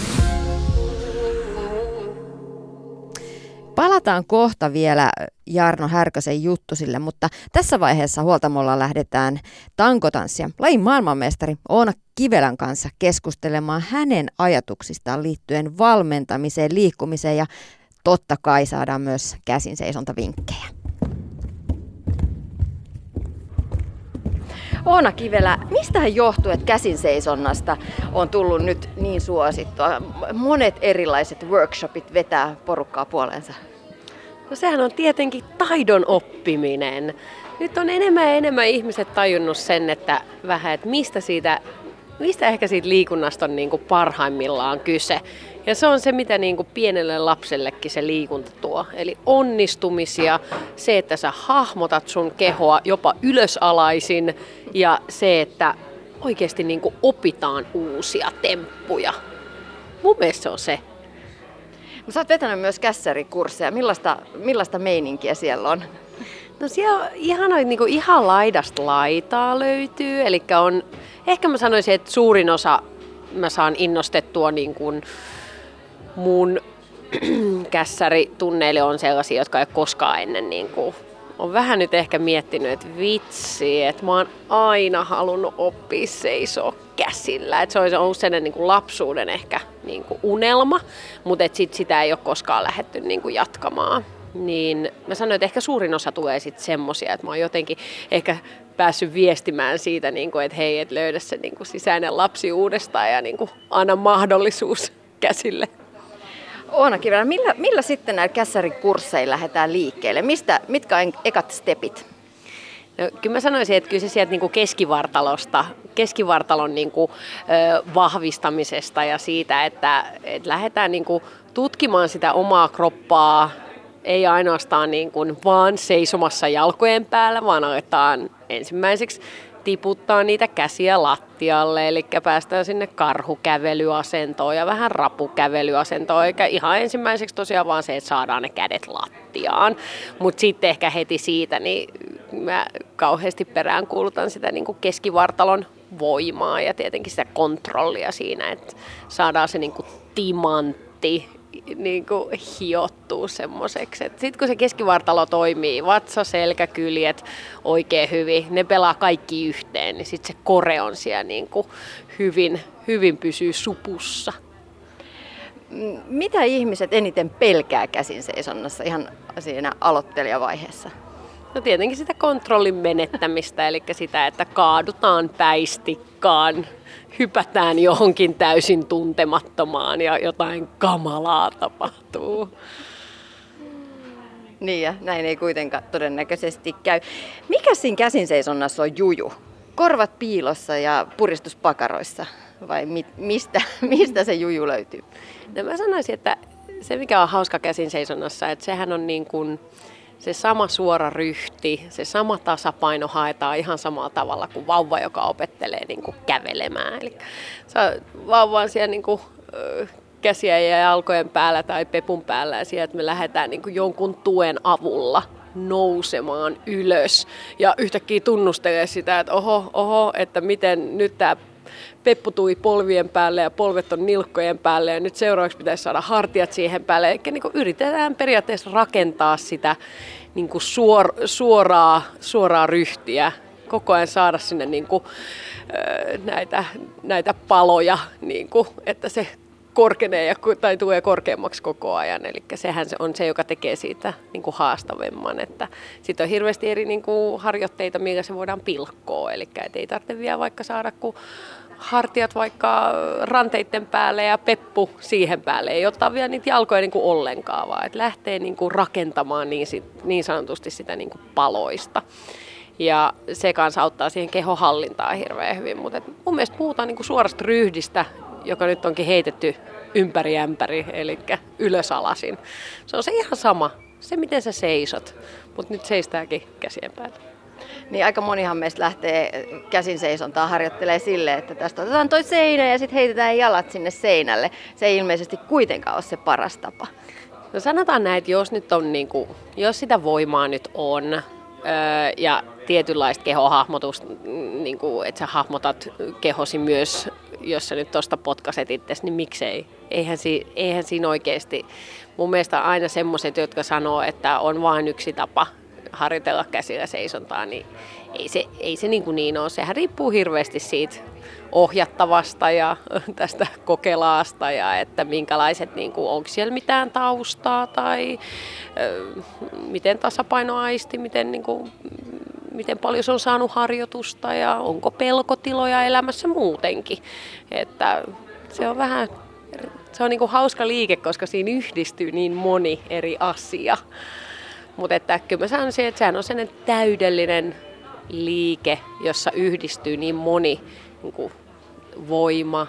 Palataan kohta vielä Jarno Härkösen juttusille, mutta tässä vaiheessa huoltamolla lähdetään tankotanssia lajin maailmanmestari Oona Kivelän kanssa keskustelemaan hänen ajatuksistaan liittyen valmentamiseen, liikkumiseen ja totta kai saadaan myös käsinseisontavinkkejä. Oona Kivelä, mistähän johtuu, että käsinseisonnasta on tullut nyt niin suosittua? Monet erilaiset workshopit vetää porukkaa puoleensa. No sehän on tietenkin taidon oppiminen. Nyt on enemmän ja enemmän ihmiset tajunnut sen, että vähän, että mistä, siitä, mistä ehkä siitä liikunnasta on niin kuin parhaimmillaan kyse. Ja se on se, mitä niin kuin pienelle lapsellekin se liikunta tuo. Eli onnistumisia, se, että sä hahmotat sun kehoa jopa ylösalaisin ja se, että oikeasti niin kuin opitaan uusia temppuja. Mun mielestä se on se. Sä oot vetänyt myös kässärikursseja. Millaista, millaista meininkiä siellä on? No siellä on ihana, niin kuin ihan laidasta laitaa löytyy. Eli on, ehkä mä sanoisin, että suurin osa mä saan innostettua niin kuin mun kässäritunneille on sellaisia, jotka ei ole koskaan ennen niin kuin, on vähän nyt ehkä miettinyt, että vitsi, että mä oon aina halunnut oppia seisoa käsillä. Että se olisi ollut sellainen niin kuin lapsuuden ehkä niin kuin unelma, mutta et sit sitä ei ole koskaan lähdetty niin kuin jatkamaan. Niin mä sanoin, että ehkä suurin osa tulee sitten semmosia, että mä oon jotenkin ehkä päässyt viestimään siitä, niin kuin, että hei, et löydä se niin kuin sisäinen lapsi uudestaan ja niin kuin anna mahdollisuus käsille. Oona Kivelä, millä, millä sitten näillä kässärikursseilla lähdetään liikkeelle? Mistä, mitkä on ekat stepit? No, kyllä mä sanoisin, että kyllä se sieltä niin kuin keskivartalosta, keskivartalon niin kuin, ö, vahvistamisesta ja siitä, että, että lähdetään niin kuin tutkimaan sitä omaa kroppaa, ei ainoastaan niin kuin vaan seisomassa jalkojen päällä, vaan aletaan ensimmäiseksi tiputtaa niitä käsiä lattialle, eli päästään sinne karhukävelyasentoon ja vähän rapukävelyasentoon, eikä ihan ensimmäiseksi tosiaan vaan se, että saadaan ne kädet lattiaan, mutta sitten ehkä heti siitä, niin mä kauheasti peräänkuulutan sitä niin kuin keskivartalon voimaa ja tietenkin sitä kontrollia siinä, että saadaan se niin kuin timantti niin kuin hiottuu semmoiseksi. Sitten kun se keskivartalo toimii, vatsa, selkä, kyljet oikein hyvin, ne pelaa kaikki yhteen, niin sitten se kore on siellä niin kuin hyvin, hyvin pysyy supussa. Mitä ihmiset eniten pelkää käsinseisonnassa ihan siinä aloittelijavaiheessa? No tietenkin sitä kontrollin menettämistä, eli sitä, että kaadutaan päistikkaan, hypätään johonkin täysin tuntemattomaan ja jotain kamalaa tapahtuu. Niin ja näin ei kuitenkaan todennäköisesti käy. Mikä siinä käsinseisonnassa on juju? Korvat piilossa ja puristuspakaroissa vai mi- mistä, mistä se juju löytyy? No mä sanoisin, että se mikä on hauska käsinseisonnassa, että sehän on niin kuin se sama suora ryhti, se sama tasapaino haetaan ihan samalla tavalla kuin vauva, joka opettelee niin kuin kävelemään. Eli vauva on siellä niin kuin, käsiä ja jalkojen päällä tai pepun päällä ja sieltä me lähdetään niin kuin jonkun tuen avulla nousemaan ylös ja yhtäkkiä tunnustelee sitä, että oho, oho, että miten nyt tämä peppu tuli polvien päälle ja polvet on nilkkojen päälle ja nyt seuraavaksi pitäisi saada hartiat siihen päälle. Eli niin kuin yritetään periaatteessa rakentaa sitä niin kuin suor, suoraa, suoraa ryhtiä, koko ajan saada sinne niin kuin, näitä, näitä paloja, niin kuin, että se korkenee ja, tai tulee korkeammaksi koko ajan. Eli sehän on se, joka tekee siitä niin kuin haastavemman. Sitten on hirveästi eri niin kuin harjoitteita, millä se voidaan pilkkoa. Eli ei tarvitse vielä vaikka saada kun hartiat vaikka ranteiden päälle ja peppu siihen päälle. Ei ottaa vielä niitä jalkoja niin kuin ollenkaan, vaan että lähtee niin kuin rakentamaan niin, niin sanotusti sitä niin kuin paloista. Ja se kanssa auttaa siihen kehonhallintaan hirveän hyvin. Mutta mun mielestä puhutaan niin kuin suorasta ryhdistä, joka nyt onkin heitetty ympäri ämpäri, eli ylösalasin. Se on se ihan sama, se miten sä seisot, mutta nyt seistääkin käsien päällä. Niin aika monihan meistä lähtee käsin seisontaa harjoittelee silleen, että tästä otetaan toi seinä ja sitten heitetään jalat sinne seinälle. Se ei ilmeisesti kuitenkaan ole se paras tapa. No sanotaan näin, että jos, nyt on, niin kuin, jos sitä voimaa nyt on öö, ja tietynlaista kehohahmotusta, niin kuin, että sä hahmotat kehosi myös, jos sä nyt tuosta potkaset itsesi, niin miksei? Eihän, si, eihän siinä oikeasti. Mun mielestä aina semmoiset, jotka sanoo, että on vain yksi tapa harjoitella käsillä seisontaa, niin ei se, ei se niin, kuin niin ole. Sehän riippuu hirveästi siitä ohjattavasta ja tästä kokelaasta ja että minkälaiset, niin kuin, onko siellä mitään taustaa tai ö, miten tasapainoaisti, miten, niin kuin, miten paljon se on saanut harjoitusta ja onko pelkotiloja elämässä muutenkin. Että se on vähän, se on niin kuin hauska liike, koska siinä yhdistyy niin moni eri asia. Mutta että kyllä mä sanon siihen, että sehän on sellainen täydellinen liike, jossa yhdistyy niin moni niin kuin voima,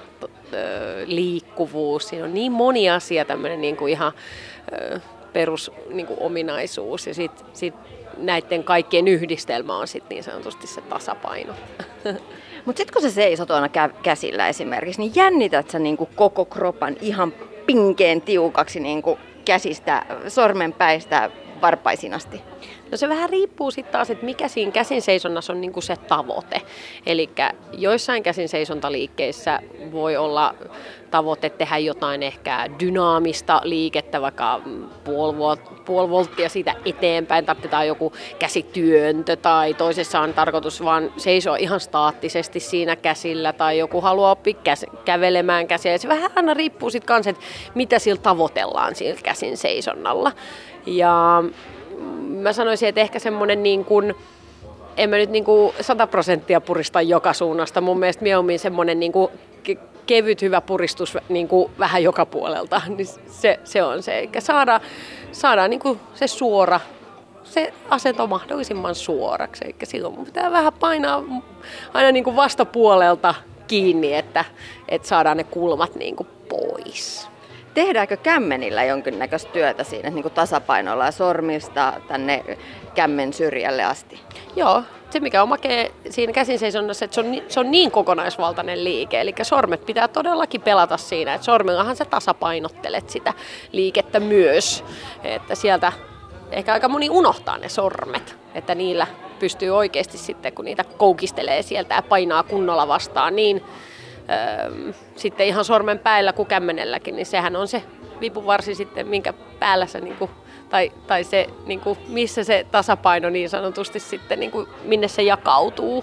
liikkuvuus. Siinä on niin moni asia, tämmöinen niin kuin ihan perus niin kuin ominaisuus. Ja sitten sit näiden kaikkien yhdistelmä on sit niin sanotusti se tasapaino. Mutta sitten kun sä seisot aina kä- käsillä esimerkiksi, niin jännität sä niinku koko kropan ihan pinkeen tiukaksi niinku käsistä, sormenpäistä varpaisiin asti? No se vähän riippuu sitten taas, että mikä siinä käsin seisonnassa on niinku se tavoite. Eli joissain käsin seisontaliikkeissä voi olla tavoite tehdä jotain ehkä dynaamista liikettä, vaikka puoli, volt, puoli volttia siitä eteenpäin, tarvitaan joku käsityöntö tai toisessa on tarkoitus vaan seisoa ihan staattisesti siinä käsillä tai joku haluaa oppia käs, kävelemään käsiä. Se vähän aina riippuu sitten kanssa, että mitä sillä tavoitellaan sillä käsin seisonnalla. Ja mä sanoisin, että ehkä semmoinen niin kuin, en mä nyt niin kuin sata prosenttia purista joka suunnasta. Mun mielestä mieluummin semmoinen niin kuin kevyt hyvä puristus niin kuin vähän joka puolelta. Niin se, se on se. Eikä saada, saadaan niin kuin se suora, se asento mahdollisimman suoraksi. Eikä silloin mun pitää vähän painaa aina niin kuin vastapuolelta kiinni, että, että saadaan ne kulmat niin kuin pois. Tehdäänkö kämmenillä jonkinnäköistä työtä siinä, niin kuin tasapainoilla ja sormista tänne kämmen syrjälle asti? Joo, se mikä on makea siinä käsinseisonnassa, että se on, se on niin kokonaisvaltainen liike. Eli sormet pitää todellakin pelata siinä, että sormillahan sä tasapainottelet sitä liikettä myös. Että sieltä ehkä aika moni unohtaa ne sormet, että niillä pystyy oikeasti sitten, kun niitä koukistelee sieltä ja painaa kunnolla vastaan, niin Öö, sitten ihan sormen päällä kuin kämmenelläkin, niin sehän on se vipuvarsi sitten, minkä päällä se, niin kuin, tai, tai se, niin kuin, missä se tasapaino niin sanotusti sitten, niin kuin, minne se jakautuu.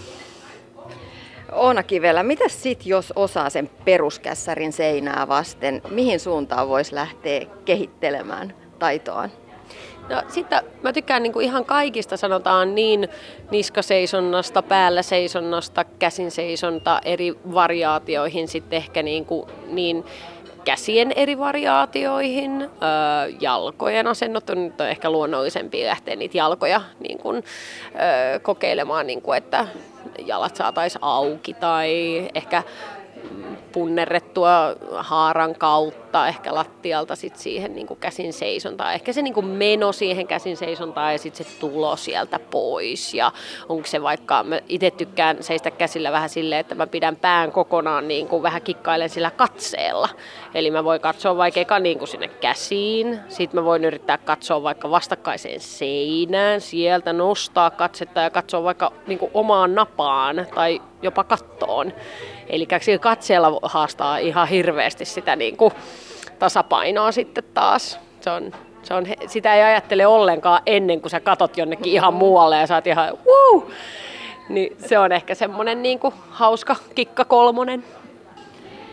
Oona Kivelä, mitäs sit, jos osaa sen peruskässärin seinää vasten, mihin suuntaan voisi lähteä kehittelemään taitoaan? No sitten mä tykkään niin kuin ihan kaikista, sanotaan niin niskaseisonnasta, päällä seisonnasta, käsin seisonta, eri variaatioihin, sitten ehkä niin, kuin, niin käsien eri variaatioihin, öö, jalkojen asennot on nyt ehkä luonnollisempi lähteä niitä jalkoja niin kuin, öö, kokeilemaan, niin kuin, että jalat saataisiin auki tai ehkä punnerrettua haaran kautta, ehkä lattialta sit siihen niin kuin käsin seisontaan. Ehkä se niin kuin meno siihen käsin seisontaan ja sitten se tulo sieltä pois. Ja onko se vaikka, mä itse tykkään seistä käsillä vähän silleen, että mä pidän pään kokonaan niin kuin vähän kikkailen sillä katseella. Eli mä voin katsoa vaikka eka niin kuin sinne käsiin, sitten mä voin yrittää katsoa vaikka vastakkaiseen seinään, sieltä nostaa katsetta ja katsoa vaikka niin kuin omaan napaan tai jopa kattoon. Eli sillä katseella haastaa ihan hirveästi sitä niin kuin tasapainoa sitten taas. Se on, se on, sitä ei ajattele ollenkaan ennen kuin sä katot jonnekin ihan muualle ja sä oot ihan wuu! Niin se on ehkä semmoinen niin kuin hauska kikka kolmonen.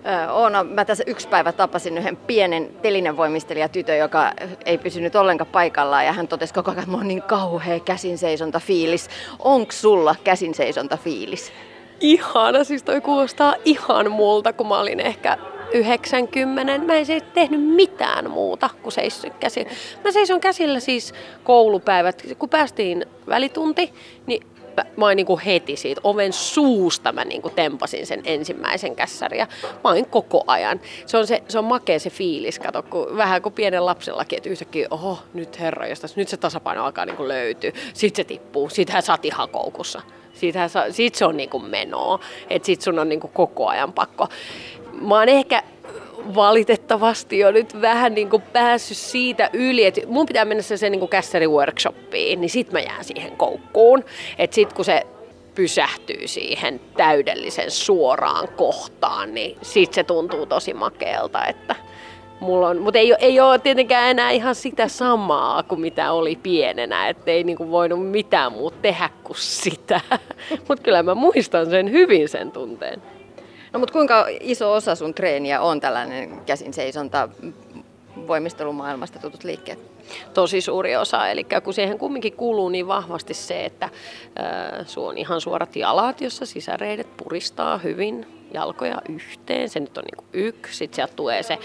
Oona, mä tässä yksi päivä tapasin yhden pienen telinevoimistelijatytön, joka ei pysynyt ollenkaan paikallaan ja hän totesi koko ajan, että mulla on niin kauhea käsinseisonta fiilis. Onko sulla käsinseisonta fiilis? Ihana, siis toi kuulostaa ihan multa, kun mä olin ehkä yhdeksänkymmentä. Mä en siis tehnyt mitään muuta kuin seissyt käsillä. Mä seison käsillä siis koulupäivät. Kun päästiin välitunti, niin mä olin niin heti siitä oven suusta, mä niin tempasin sen ensimmäisen kässärin ja mä olin koko ajan. Se on, se, se on makea se fiilis, kato, kun, vähän kuin pienen lapsellakin, että yhtäkkiä, oho, nyt herra, jostain, nyt se tasapaino alkaa niin löytyä, sit se tippuu, siitähän sä oot ihan koukussa. Siitähän sa, sit se on niin menoa, että sit sun on niin koko ajan pakko. Mä oon ehkä valitettavasti jo nyt vähän niin kuin päässyt siitä yli, että mun pitää mennä se niin kässäriworkshoppiin, niin sit mä jään siihen koukkuun. Että sit kun se pysähtyy siihen täydellisen suoraan kohtaan, niin sit se tuntuu tosi makealta, että mulla on, mutta ei, ei ole tietenkään enää ihan sitä samaa kuin mitä oli pienenä, että ei niin kuin voinut mitään muuta tehdä kuin sitä. Mutta kyllä mä muistan sen hyvin sen tunteen. No mutta kuinka iso osa sun treeniä on tällainen käsinseisonta, voimistelumaailmasta tutut liikkeet? Tosi suuri osa, eli kun siihen kumminkin kuuluu niin vahvasti se, että äh, sulla on ihan suorat jalat, jossa sisäreidet puristaa hyvin jalkoja yhteen, se nyt on niin kuin yksi, sitten sieltä tulee se äh,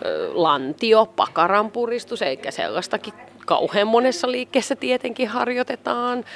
lantio, pakaran puristus, eikä sellaistakin kauhean monessa liikkeessä tietenkin harjoitetaan.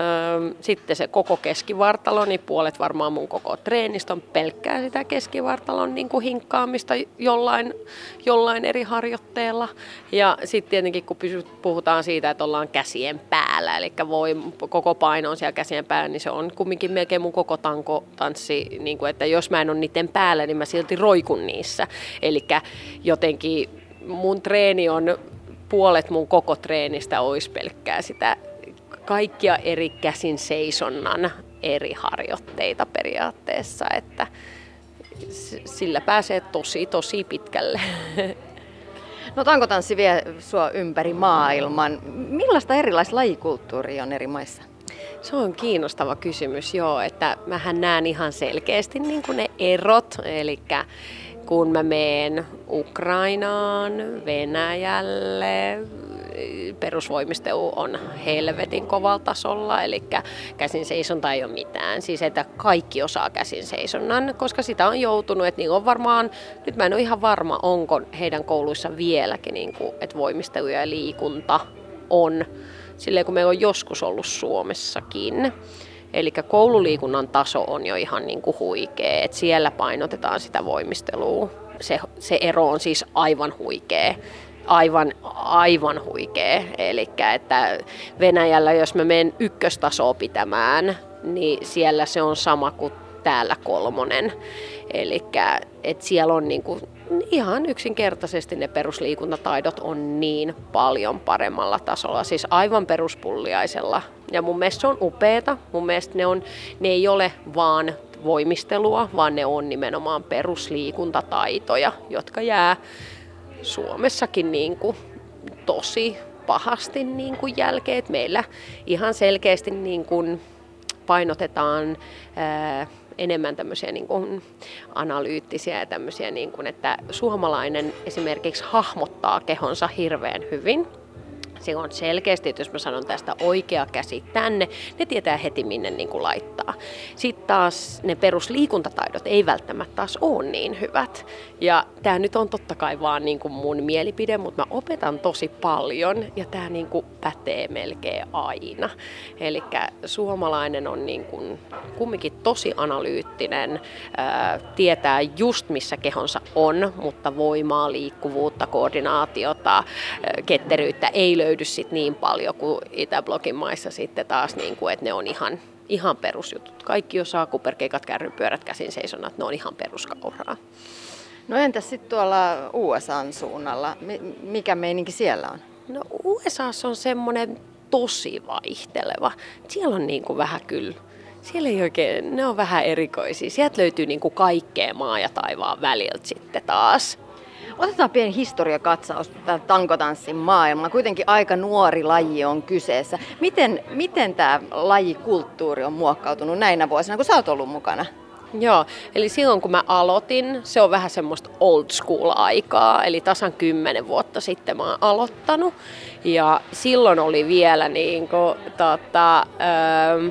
Sitten se koko keskivartalo, niin puolet varmaan mun koko treenistä on pelkkää sitä keskivartalon niin kuin hinkkaamista jollain, jollain eri harjoitteella. Ja sitten tietenkin kun puhutaan siitä, että ollaan käsien päällä, eli voi, koko paino on siellä käsien päällä, niin se on kumminkin melkein mun koko tankotanssi, niin kuin, että jos mä en ole niiden päällä, niin mä silti roikun niissä. Eli jotenkin mun treeni on puolet mun koko treenistä olisi pelkkää sitä kaikkia eri käsin seisonnan eri harjoitteita periaatteessa, että sillä pääsee tosi tosi pitkälle. No tankotanssi vie sua ympäri maailman. Millaista erilaista lajikulttuuria on eri maissa? Se on kiinnostava kysymys, joo, että mähän näen ihan selkeästi niin kuin ne erot, eli kun mä menen Ukrainaan, Venäjälle, perusvoimistelu on helvetin kovalla tasolla, eli käsin seisonta ei ole mitään. Siis että kaikki osaa käsin seisonnan, koska sitä on joutunut, että niin on varmaan, nyt mä en ole ihan varma, onko heidän kouluissa vieläkin, niin kuin, että voimistelu ja liikunta on, silleen kun meillä on joskus ollut Suomessakin. Eli koululiikunnan taso on jo ihan niin kuin huikea, että siellä painotetaan sitä voimistelua. Se, se ero on siis aivan huikea, aivan, aivan huikea. Eli että Venäjällä, jos mä menen ykköstasoa pitämään, niin siellä se on sama kuin täällä kolmonen. Eli että siellä on niin kuin ihan yksinkertaisesti ne perusliikuntataidot on niin paljon paremmalla tasolla, siis aivan peruspulliaisella. Ja mun mielestä se on upeeta. Mun mielestä ne, on, ne ei ole vaan voimistelua, vaan ne on nimenomaan perusliikuntataitoja, jotka jää Suomessakin niin kuin tosi pahasti niin kuin jälkeen. Et meillä ihan selkeästi niin kuin painotetaan ää, enemmän tämmöisiä niin kuin analyyttisiä ja tämmöisiä, niin kuin, että suomalainen esimerkiksi hahmottaa kehonsa hirveän hyvin. Se on selkeästi, että jos mä sanon tästä oikea käsi tänne, ne tietää heti minne niin kuin laittaa. Sitten taas ne perusliikuntataidot ei välttämättä taas ole niin hyvät. Ja tämä nyt on totta kai vaan niin kuin mun mielipide, mutta mä opetan tosi paljon ja tämä niin kuin pätee melkein aina. Eli suomalainen on niin kuin kumminkin tosi analyyttinen, ää, tietää just missä kehonsa on, mutta voimaa, liikkuvuutta, koordinaatiota, ää, ketteryyttä ei löydy sit niin paljon kuin Itäblogin maissa sitten taas, niin kuin, että ne on ihan, ihan perusjutut. Kaikki osaa kuperkeikat, kärrypyörät, käsin seisonnat, ne on ihan peruskauraa. No entäs sitten tuolla U S A:n suunnalla? Mikä meininki siellä on? No U S A:ssa on semmoinen tosi vaihteleva. Siellä on niin kuin vähän kyllä, siellä ei oikein, ne on vähän erikoisia. Sieltä löytyy niin kuin kaikkea maa ja taivaan väliltä sitten taas. Otetaan pieni historiakatsaus tankotanssin maailmaan. Kuitenkin aika nuori laji on kyseessä. Miten, miten tämä lajikulttuuri on muokkautunut näinä vuosina, kun sä oot ollut mukana? Joo, eli silloin kun mä aloitin, se on vähän semmoista old school aikaa, eli tasan kymmenen vuotta sitten mä oon aloittanut. Ja silloin oli vielä niin kuin, tota, ähm,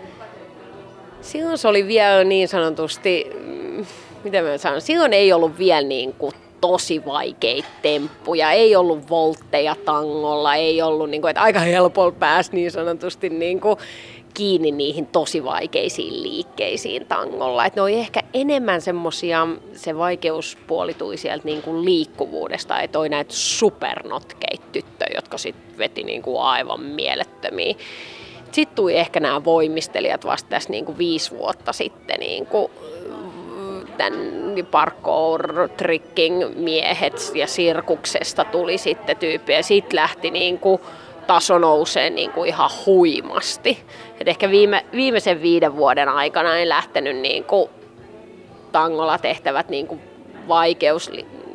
silloin se oli vielä niin sanotusti, miten mä sanon, silloin ei ollut vielä niin kuin tosi vaikeita temppuja, ei ollut voltteja tangolla, ei ollut, niin kuin, että aika helpolla pääsi niin sanotusti niin kuin kiinni niihin tosi vaikeisiin liikkeisiin tangolla. Et ne oli ehkä enemmän semmosia, se vaikeuspuoli tuli sieltä niin kuin liikkuvuudesta, että oli näitä supernotkeita tyttöjä, jotka sitten veti niin kuin aivan mielettömiä. Sitten tuli ehkä nämä voimistelijat vasta tässä niin kuin viisi vuotta sitten, niin kuin tämän parkour, tricking miehet ja sirkuksesta tuli sitten tyyppiä. Sitten lähti niin kuin taso nousee niin kuin ihan huimasti. Et ehkä viime, viimeisen viiden vuoden aikana en lähtenyt niin kuin tangolla tehtävät niin kuin vaikeus,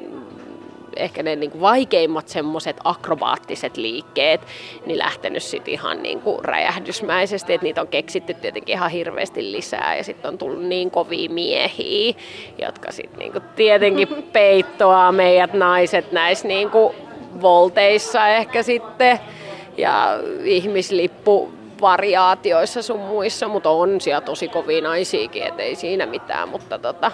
ehkä ne niin kuin vaikeimmat semmoiset akrobaattiset liikkeet, niin lähtenyt sitten ihan niin kuin räjähdysmäisesti, että niitä on keksitty tietenkin ihan hirveästi lisää ja sitten on tullut niin kovia miehiä, jotka sitten niin kuin tietenkin peittoaa meidät naiset näissä niin kuin volteissa ehkä sitten ja ihmislippuvariaatioissa sun muissa, mutta on siellä tosi kovia naisiakin, et ei siinä mitään, mutta tota,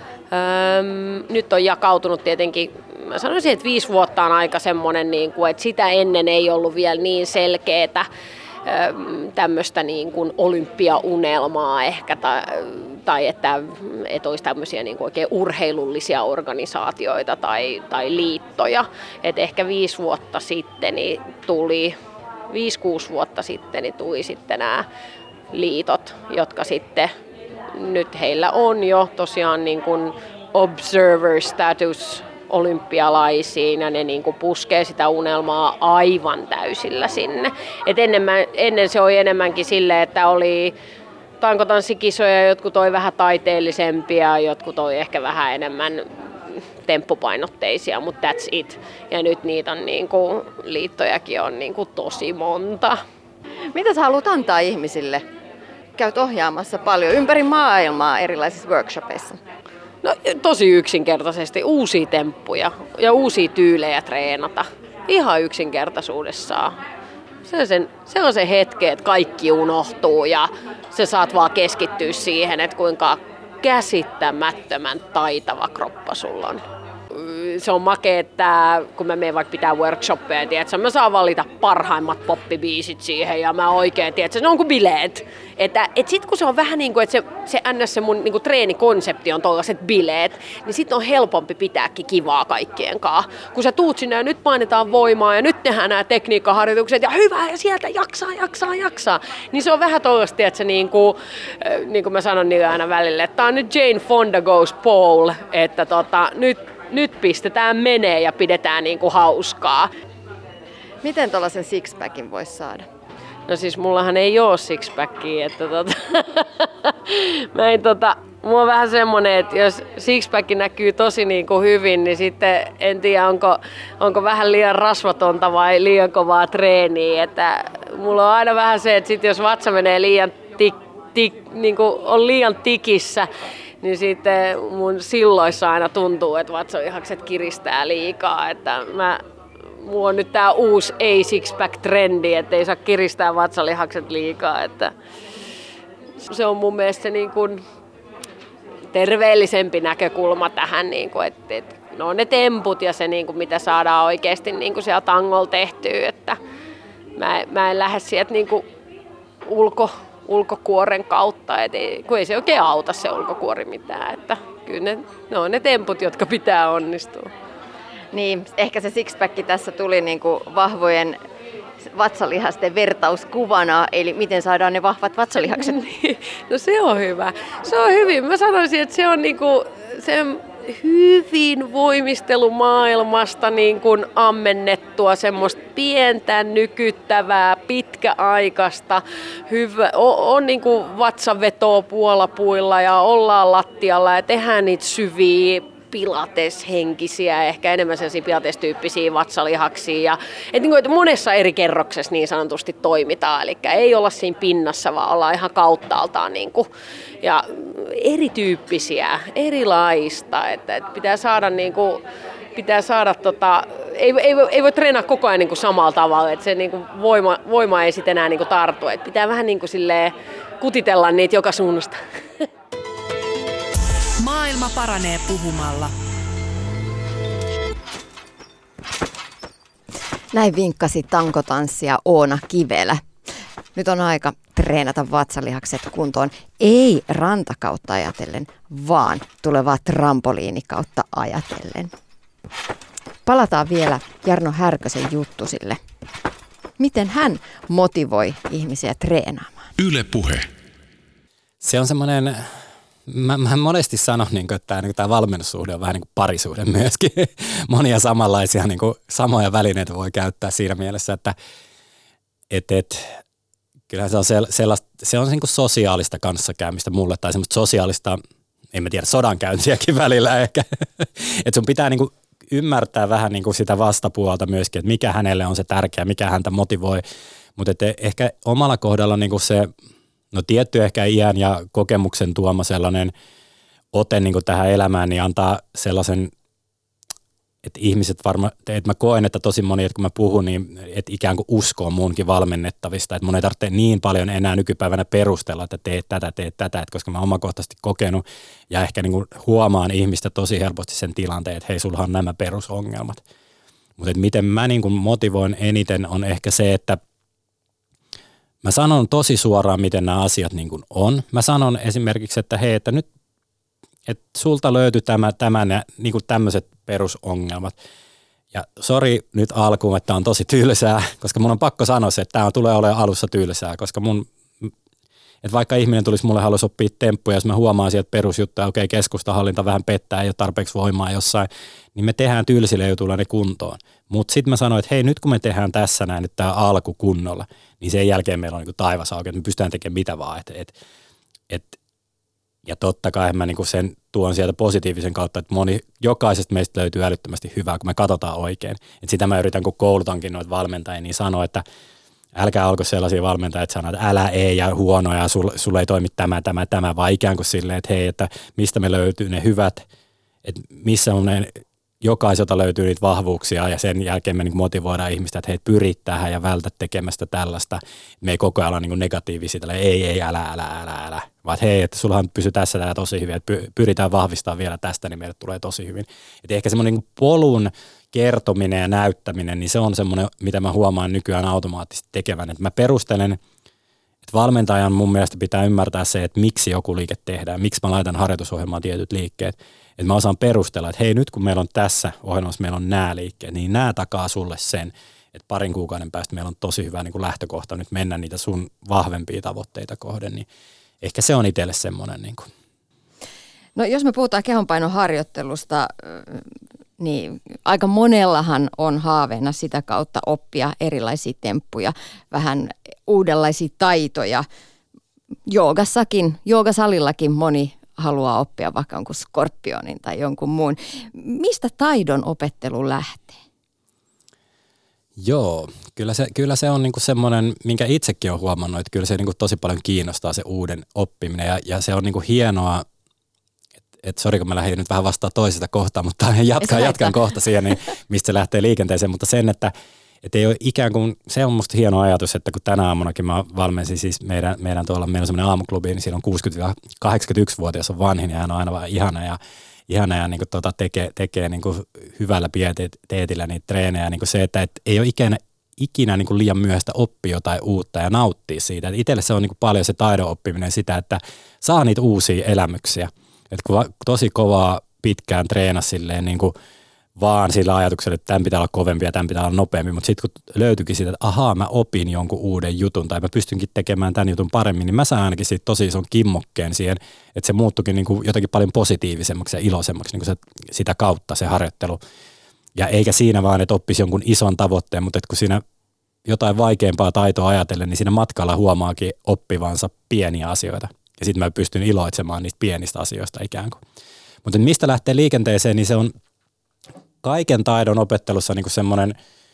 öm, nyt on jakautunut tietenkin, mä sanoisin, että viisi vuotta on aika semmoinen, niin kuin, että sitä ennen ei ollut vielä niin selkeätä tämmöistä niin kuin olympiaunelmaa ehkä, tai, tai että, että olisi tämmöisiä niin kuin oikein urheilullisia organisaatioita tai, tai liittoja. Et ehkä viisi vuotta sitten niin tuli, viisi, kuusi vuotta sitten niin tuli sitten nämä liitot, jotka sitten nyt heillä on jo tosiaan niin kuin observer status olympialaisiin ja ne niin kuin puskee sitä unelmaa aivan täysillä sinne. Et ennen, ennen se oli enemmänkin silleen, että oli tankotanssikisoja, jotkut toi vähän taiteellisempia, jotkut toi ehkä vähän enemmän temppupainotteisia, mutta that's it. Ja nyt niitä on niin kuin, liittojakin on niin kuin tosi monta. Mitä sä haluat antaa ihmisille? Käyt ohjaamassa paljon ympäri maailmaa erilaisissa workshopeissa. No tosi yksinkertaisesti uusia temppuja ja uusia tyylejä treenata. Ihan yksinkertaisuudessaan. Se on, sen, se on se hetki, että kaikki unohtuu ja sä saat vaan keskittyä siihen, että kuinka käsittämättömän taitava kroppa sulla on. Se on makea, että kun mä menen vaikka pitää workshoppeja, tiedätkö, mä saan valita parhaimmat poppibiisit siihen ja mä oikein, tiedätkö, ne on kuin bileet. Että et sit kun se on vähän niin kuin, että se, se ns. Se mun niin kuin treenikonsepti on tollaiset bileet, niin sit on helpompi pitääkin kivaa kaikkien kanssa. Kun sä tuut sinne ja nyt painetaan voimaa ja nyt tehdään nämä tekniikkaharjoitukset ja hyvä ja sieltä jaksaa, jaksaa, jaksaa. Niin se on vähän tollaista, että se niin kuin, niin kuin mä sanon niille aina välillä, että tää on nyt Jane Fonda goes pole, että tota, nyt Nyt pistetään menee ja pidetään niinku hauskaa. Miten tuollaisen sixpackin voisi saada? No siis mullahan ei oo sixpackia, että tota, mä en tota, mulla on vähän semmonen, että jos sixpack näkyy tosi niinku hyvin, niin sitten en tiedä onko, onko vähän liian rasvatonta vai liian kovaa treeniä, että mulla on aina vähän se, että sit jos vatsa menee liian tik, tik, niinku on liian tikissä, niin sitten mun silloissa aina tuntuu, että vatsalihakset kiristää liikaa, että mä, mulla on nyt tää uusi ei-sixpack-trendi, että ei saa kiristää vatsalihakset liikaa, että se on mun mielestä se niin kuin terveellisempi näkökulma tähän, niin kuin, että, että no ne temput ja se niin kuin mitä saadaan oikeasti niin kuin siellä tangolla tehtyä, että mä, mä en lähde sieltä niin kuin ulko ulkokuoren kautta, et ei, kun ei se oikein auta se ulkokuori mitään, että kyllä ne, ne on ne temput, jotka pitää onnistua. Niin, ehkä se sixpack tässä tuli niin kuin vahvojen vatsalihasten vertauskuvana, eli miten saadaan ne vahvat vatsalihakset. No se on hyvä. Se on hyvin. Mä sanoisin, että se on niinku, se hyvin voimistelumaailmasta niin kuin ammennettua, semmoista pientä, nykyttävää, pitkäaikaista, hyvä, on, on niin kuin vatsavetoa puolapuilla ja ollaan lattialla ja tehdään niitä syviä pilates-henkisiä, ehkä enemmän sellaisia pilates-tyyppisiä vatsalihaksia. Ja, et niin kuin, että monessa eri kerroksessa niin sanotusti toimitaan, eli ei olla siinä pinnassa, vaan ollaan ihan kauttaaltaan niin kuin, ja erityyppisiä, erilaista, että, että pitää saada niin kuin, pitää saada tota, ei, ei, ei voi treenaa koko ajan niin kuin samalla tavalla, että se niin kuin voima, voima ei sitten enää niin kuin tartu, että pitää vähän niin kuin silleen kutitella niitä joka suunnasta. Maailma paranee puhumalla. Näin vinkkasi tankotanssija Oona Kivelä. Nyt on aika treenata vatsalihakset kuntoon, ei rantakautta ajatellen, vaan tulevaa trampoliinikautta ajatellen. Palataan vielä Jarno Härkösen juttusille. Miten hän motivoi ihmisiä treenaamaan? Yle Puhe. Se on semmoinen, mä, mä monesti sanon, niin kuin, että tämä, niin tämä valmennussuhde on vähän niin kuin parisuhde myöskin. Monia samanlaisia niin kuin, samoja välineitä voi käyttää siinä mielessä, että et, et, kyllähän se on sellaista, se on niin kuin sosiaalista kanssakäymistä mulle tai semmoista sosiaalista, en mä tiedä, sodankäyntiäkin välillä ehkä. Että sun pitää niin kuin ymmärtää vähän niin kuin sitä vastapuolta myöskin, että mikä hänelle on se tärkeä, mikä häntä motivoi. Mutta ehkä omalla kohdalla niin kuin se, no tietty ehkä iän ja kokemuksen tuoma sellainen ote niin kuin tähän elämään, niin antaa sellaisen, että ihmiset varmaan, että mä koen, että tosi moni, että kun mä puhun, niin että ikään kuin uskoo muunkin valmennettavista, että mun ei tarvitse niin paljon enää nykypäivänä perustella, että teet tätä, teet tätä, että koska mä omakohtaisesti kokenut ja ehkä niin kuin huomaan ihmistä tosi helposti sen tilanteen, että hei, sulla on nämä perusongelmat. Mutta että miten mä niin kuin motivoin eniten on ehkä se, että mä sanon tosi suoraan, miten nämä asiat niin kuin on. Mä sanon esimerkiksi, että hei, että nyt että sulta löytyi tämä, tämän ja niin kuin tämmöiset perusongelmat. Ja sori nyt alkuun, että tämä on tosi tylsää, koska mun on pakko sanoa se, että tämä tulee olemaan alussa tylsää, koska mun, että vaikka ihminen tulisi mulle haluaisi oppia temppuja, jos mä huomaan sieltä perusjuttuja, okei, keskustahallinta vähän pettää, ei ole tarpeeksi voimaa jossain, niin me tehdään tylsille jutuilla ne kuntoon. Mutta sitten mä sanoin, että hei, nyt kun me tehdään tässä näin nyt tämä alku kunnolla, niin sen jälkeen meillä on niin kuin taivas auki, että me pystytään tekemään mitä vaan. Et, et, et, ja totta kai mä niin kuin sen tuon sieltä positiivisen kautta, että moni, jokaisesta meistä löytyy älyttömästi hyvää, kun me katsotaan oikein. Et sitä mä yritän, kun koulutankin noita valmentajia, niin sanoa, että älkää olko sellaisia valmentajia, että sanoo, että älä ei ja huonoja, ja sulla sul ei toimi tämä, tämä, tämä, vaan ikään kuin silleen, että hei, että mistä me löytyy ne hyvät, että missä on ne, jokaiselta löytyy niitä vahvuuksia ja sen jälkeen me niin motivoidaan ihmistä, että hei, pyri tähän ja vältä tekemästä tällaista. Me ei koko ajan olla niin negatiivisia, tällä, ei, ei, älä, älä, älä, älä, vaan hei, että sullahan pysyy tässä täällä tosi hyvin, että pyritään vahvistamaan vielä tästä, niin meille tulee tosi hyvin. Että ehkä semmoinen niin polun kertominen ja näyttäminen, niin se on semmoinen, mitä mä huomaan nykyään automaattisesti tekevän. Että mä perustelen, että valmentajan mun mielestä pitää ymmärtää se, että miksi joku liike tehdään, miksi mä laitan harjoitusohjelmaan tietyt liikkeet. Että mä osaan perustella, että hei, nyt kun meillä on tässä ohjelmassa, meillä on nämä liikkeet, niin nämä takaa sulle sen, että parin kuukauden päästä meillä on tosi hyvä niin kuin lähtökohta nyt mennä niitä sun vahvempia tavoitteita kohden, niin ehkä se on itselle semmoinen. Niin kuin. No jos me puhutaan kehonpainoharjoittelusta, niin aika monellahan on haaveena sitä kautta oppia erilaisia temppuja, vähän uudenlaisia taitoja. Joogassakin, joogasalillakin moni haluaa oppia vaikka jonkun skorpionin tai jonkun muun. Mistä taidon opettelu lähtee? Joo, kyllä se, kyllä se on niinku semmoinen, minkä itsekin olen huomannut, että kyllä se niinku tosi paljon kiinnostaa se uuden oppiminen ja, ja se on niinku hienoa, että et, sori kun mä lähdin nyt vähän vastaan toisesta kohtaa, mutta jatkan, jatkan kohta siihen, niin mistä se lähtee liikenteeseen, mutta sen, että et ei ole ikään kuin, se on musta hieno ajatus, että kun tänä aamunakin mä valmensin siis meidän, meidän tuolla, meillä on semmoinen aamuklubi, niin siinä on kuusikymmentä-kahdeksankymmentäyksi-vuotias on vanhin ja hän on aina vaan ihana ja, ihana ja niin kuin tota tekee, tekee niin kuin hyvällä pieteetillä niitä treenejä. Niin kuin se, että et ei ole ikinä, ikinä niin kuin liian myöhäistä oppia jotain uutta ja nauttia siitä. Et itselle se on niin kuin paljon se taidon oppiminen sitä, että saa niitä uusia elämyksiä. Et kun tosi kovaa pitkään treenasi silleen niin kuin vaan sillä ajatuksella, että tämän pitää olla kovempi ja tämän pitää olla nopeampi, mutta sitten kun löytyikin siitä, että ahaa, mä opin jonkun uuden jutun tai mä pystynkin tekemään tämän jutun paremmin, niin mä saan ainakin siitä tosi ison kimmokkeen siihen, että se muuttuikin niin kuin jotenkin paljon positiivisemmaksi ja iloisemmaksi niin kuin se, sitä kautta se harjoittelu. Ja eikä siinä vaan, että oppisi jonkun ison tavoitteen, mutta että kun siinä jotain vaikeampaa taitoa ajatellen, niin siinä matkalla huomaakin oppivansa pieniä asioita. Ja sitten mä pystyn iloitsemaan niistä pienistä asioista ikään kuin. Mutta mistä lähtee liikenteeseen, niin se on kaiken taidon opettelussa niin kuin semmoinen,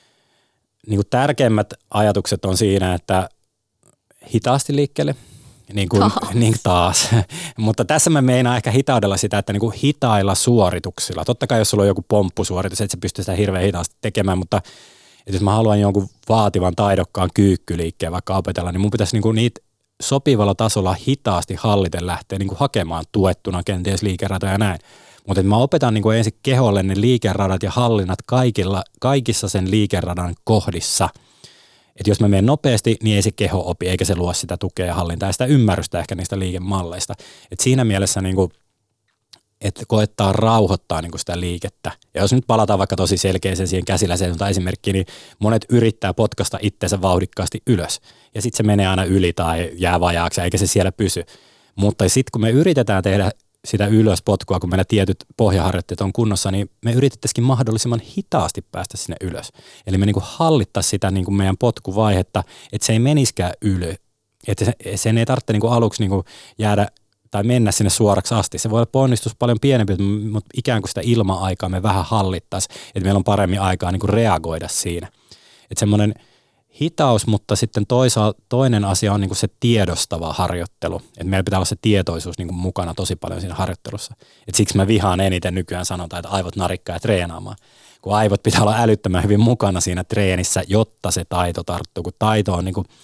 niin kuin tärkeimmät ajatukset on siinä, että hitaasti liikkeelle. Niin kuin, taas. Niin taas. Mutta tässä mä meinaan ehkä hitaudella sitä, että niin kuin hitailla suorituksilla. Totta kai jos sulla on joku pomppusuoritus, et sä pysty sitä hirveän hitaasti tekemään, mutta että jos mä haluan jonkun vaativan taidokkaan kyykkyliikkeen vaikka opetella, niin mun pitäisi niin kuin niitä sopivalla tasolla hitaasti halliten lähteä niin kuin hakemaan tuettuna kenties liikeratoja ja näin. Mutta mä opetan niin kuin ensin keholle ne liikeradat ja hallinnat kaikilla, kaikissa sen liikeradan kohdissa. Että jos mä menen nopeasti, niin ei se keho opi, eikä se luo sitä tukea ja hallintaa ja sitä ymmärrystä ehkä niistä liikemalleista. Että siinä mielessä niin kuin, että koettaa rauhoittaa niin kuin sitä liikettä. Ja jos nyt palataan vaikka tosi selkeäseen siihen käsillä seisontaan esimerkkiin, niin monet yrittää potkasta itseensä vauhdikkaasti ylös. Ja sitten se menee aina yli tai jää vajaaksi, eikä se siellä pysy. Mutta sitten kun me yritetään tehdä sitä ylöspotkua, kun meillä tietyt pohjaharjoitteet on kunnossa, niin me yritettäisikin mahdollisimman hitaasti päästä sinne ylös. Eli me niin kuin hallittaisiin sitä niin kuin meidän potkuvaihetta, että se ei meniskään yli. Että se, sen ei tarvitse niin kuin aluksi niin kuin jäädä tai mennä sinne suoraksi asti. Se voi olla ponnistus paljon pienempi, mutta ikään kuin sitä ilma-aikaa me vähän hallittaisiin, että meillä on paremmin aikaa niin kuin reagoida siinä. Että semmoinen hitaus, mutta sitten toisaalta toinen asia on niin kuin se tiedostava harjoittelu. Että meillä pitää olla se tietoisuus niin kuin mukana tosi paljon siinä harjoittelussa. Et siksi mä vihaan eniten nykyään sanotaan, että aivot narikkaa ja treenaamaan. Kun aivot pitää olla älyttömän hyvin mukana siinä treenissä, jotta se taito tarttuu. Kun taito on niin kuin,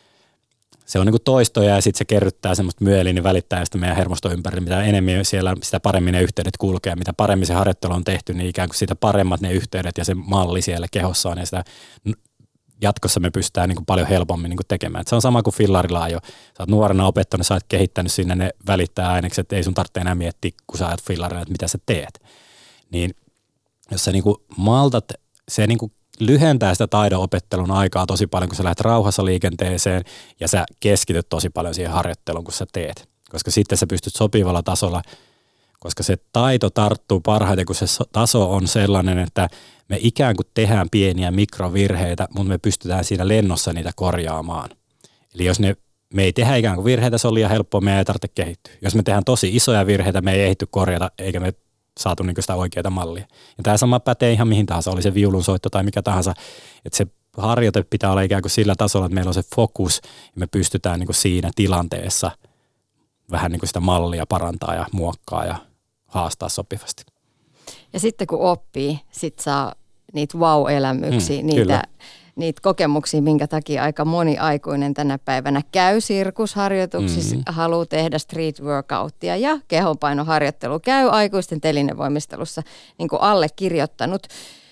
se on niin kuin toistoja ja sitten se kerryttää semmoista myöliin, niin välittää sitä meidän hermoston ympärille. Mitä enemmän siellä, sitä paremmin ne yhteydet kulkee. Mitä paremmin se harjoittelu on tehty, niin ikään kuin sitä paremmat ne yhteydet ja se malli siellä kehossa on ja sitä jatkossa me pystytään niin kuin paljon helpommin niin kuin tekemään. Et se on sama kuin fillarilla jo. Sä oot nuorena opettanut, sä oot kehittänyt sinne ne välittää ainekset, että ei sun tarvitse enää miettiä, kun sä ajat fillarilla, että mitä sä teet. Niin jos sä niin kuin maltat, se niin kuin lyhentää sitä taidon opettelun aikaa tosi paljon, kun sä lähdet rauhassa liikenteeseen ja sä keskityt tosi paljon siihen harjoitteluun, kun sä teet. Koska sitten sä pystyt sopivalla tasolla, koska se taito tarttuu parhaiten, kun se taso on sellainen, että me ikään kuin tehdään pieniä mikrovirheitä, mutta me pystytään siinä lennossa niitä korjaamaan. Eli jos ne, me ei tehdä ikään kuin virheitä, se on liian helppoa, me ei tarvitse kehittyä. Jos me tehdään tosi isoja virheitä, me ei ehditty korjata, eikä me saatu niin kuin sitä oikeaa mallia. Ja tämä sama pätee ihan mihin tahansa, oli se viulunsoitto tai mikä tahansa, että se harjoite pitää olla ikään kuin sillä tasolla, että meillä on se fokus, ja me pystytään niin kuin siinä tilanteessa vähän niin kuin sitä mallia parantaa ja muokkaa ja haastaa sopivasti. Ja sitten kun oppii, sit saa niitä wow-elämyksiä, mm, niitä, niitä kokemuksia, minkä takia aika moni aikuinen tänä päivänä käy sirkusharjoituksissa, mm. haluaa tehdä street workouttia ja kehonpainoharjoittelu, käy aikuisten telinevoimistelussa niin kuin allekirjoittanut.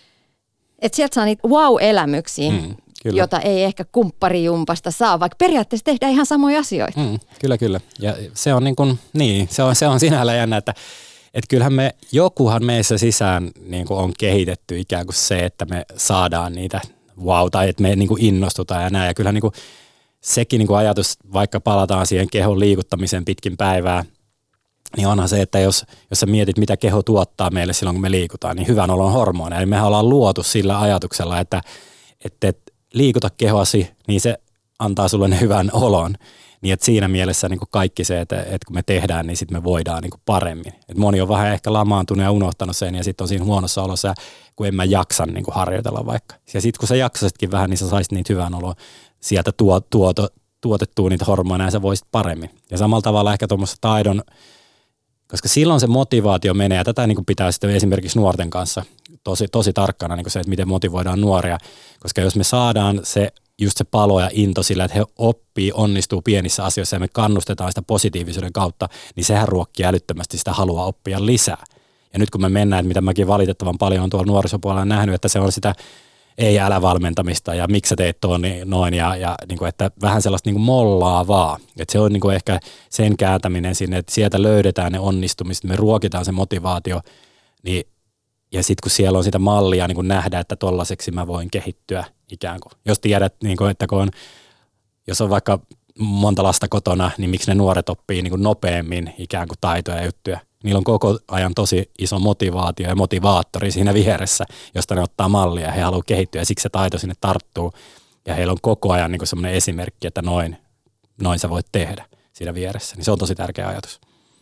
Että sieltä saa niitä wow-elämyksiä, mm, jota ei ehkä kumpparijumpasta saa, vaikka periaatteessa tehdään ihan samoja asioita. Mm, kyllä, kyllä. Ja se on, niin kuin, niin, se on, se on sinällään jännä, että Että kyllähän me, jokuhan meissä sisään niin kuin on kehitetty ikään kuin se, että me saadaan niitä wow, tai että me niin kuin innostutaan ja näin. Ja kyllähän niin kuin sekin niin kuin ajatus, vaikka palataan siihen kehon liikuttamiseen pitkin päivää, niin onhan se, että jos, jos sä mietit, mitä keho tuottaa meille silloin, kun me liikutaan, niin hyvän olon hormoneja. Eli mehän ollaan luotu sillä ajatuksella, että, että, että liikuta kehoasi, niin se antaa sulle ne hyvän olon. Niin että siinä mielessä niin kuin kaikki se, että, että kun me tehdään, niin sitten me voidaan niin kuin paremmin. Et moni on vähän ehkä lamaantunut ja unohtanut sen ja sitten on siinä huonossa olossa, kun en mä jaksa niin kuin harjoitella vaikka. Ja sitten kun sä jaksasitkin vähän, niin sä saisit niitä hyvän oloa sieltä tuo, tuoto, tuotettua niitä hormoneja ja sä voisit paremmin. Ja samalla tavalla ehkä tuommoista taidon, koska silloin se motivaatio menee ja tätä niin kuin pitää sitten esimerkiksi nuorten kanssa tosi, tosi tarkkana niin kuin se, että miten motivoidaan nuoria. Koska jos me saadaan se just se palo ja into sillä, että he oppii, onnistuu pienissä asioissa ja me kannustetaan sitä positiivisuuden kautta, niin sehän ruokkii älyttömästi sitä halua oppia lisää. Ja nyt kun me mennään, mitä mäkin valitettavan paljon on tuolla nuorisopuolella nähnyt, että se on sitä ei älä valmentamista ja miksi sä teet tuon niin, noin ja, ja niin kuin, että vähän sellaista niin kuin mollaavaa. Että se on niin kuin ehkä sen kääntäminen sinne, että sieltä löydetään ne onnistumista, me ruokitaan se motivaatio, niin ja sitten kun siellä on sitä mallia niin kun nähdä, että tollaiseksi mä voin kehittyä ikään kuin. Jos tiedät, niin kun, että kun on, jos on vaikka monta lasta kotona, niin miksi ne nuoret oppii niin kun nopeammin ikään kuin taitoja ja juttuja. Niillä on koko ajan tosi iso motivaatio ja motivaattori siinä vieressä, josta ne ottaa mallia ja he haluaa kehittyä ja siksi se taito sinne tarttuu. Ja heillä on koko ajan niin kun semmoinen esimerkki, että noin, noin sä voit tehdä siinä vieressä. Niin se on tosi tärkeä ajatus.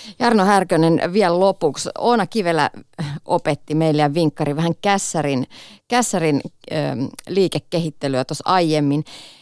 Jarno Härkönen vielä lopuksi. Oona Kivelä opetti meille ja vinkkari vähän kässärin, kässärin ö, liikekehittelyä tuossa aiemmin.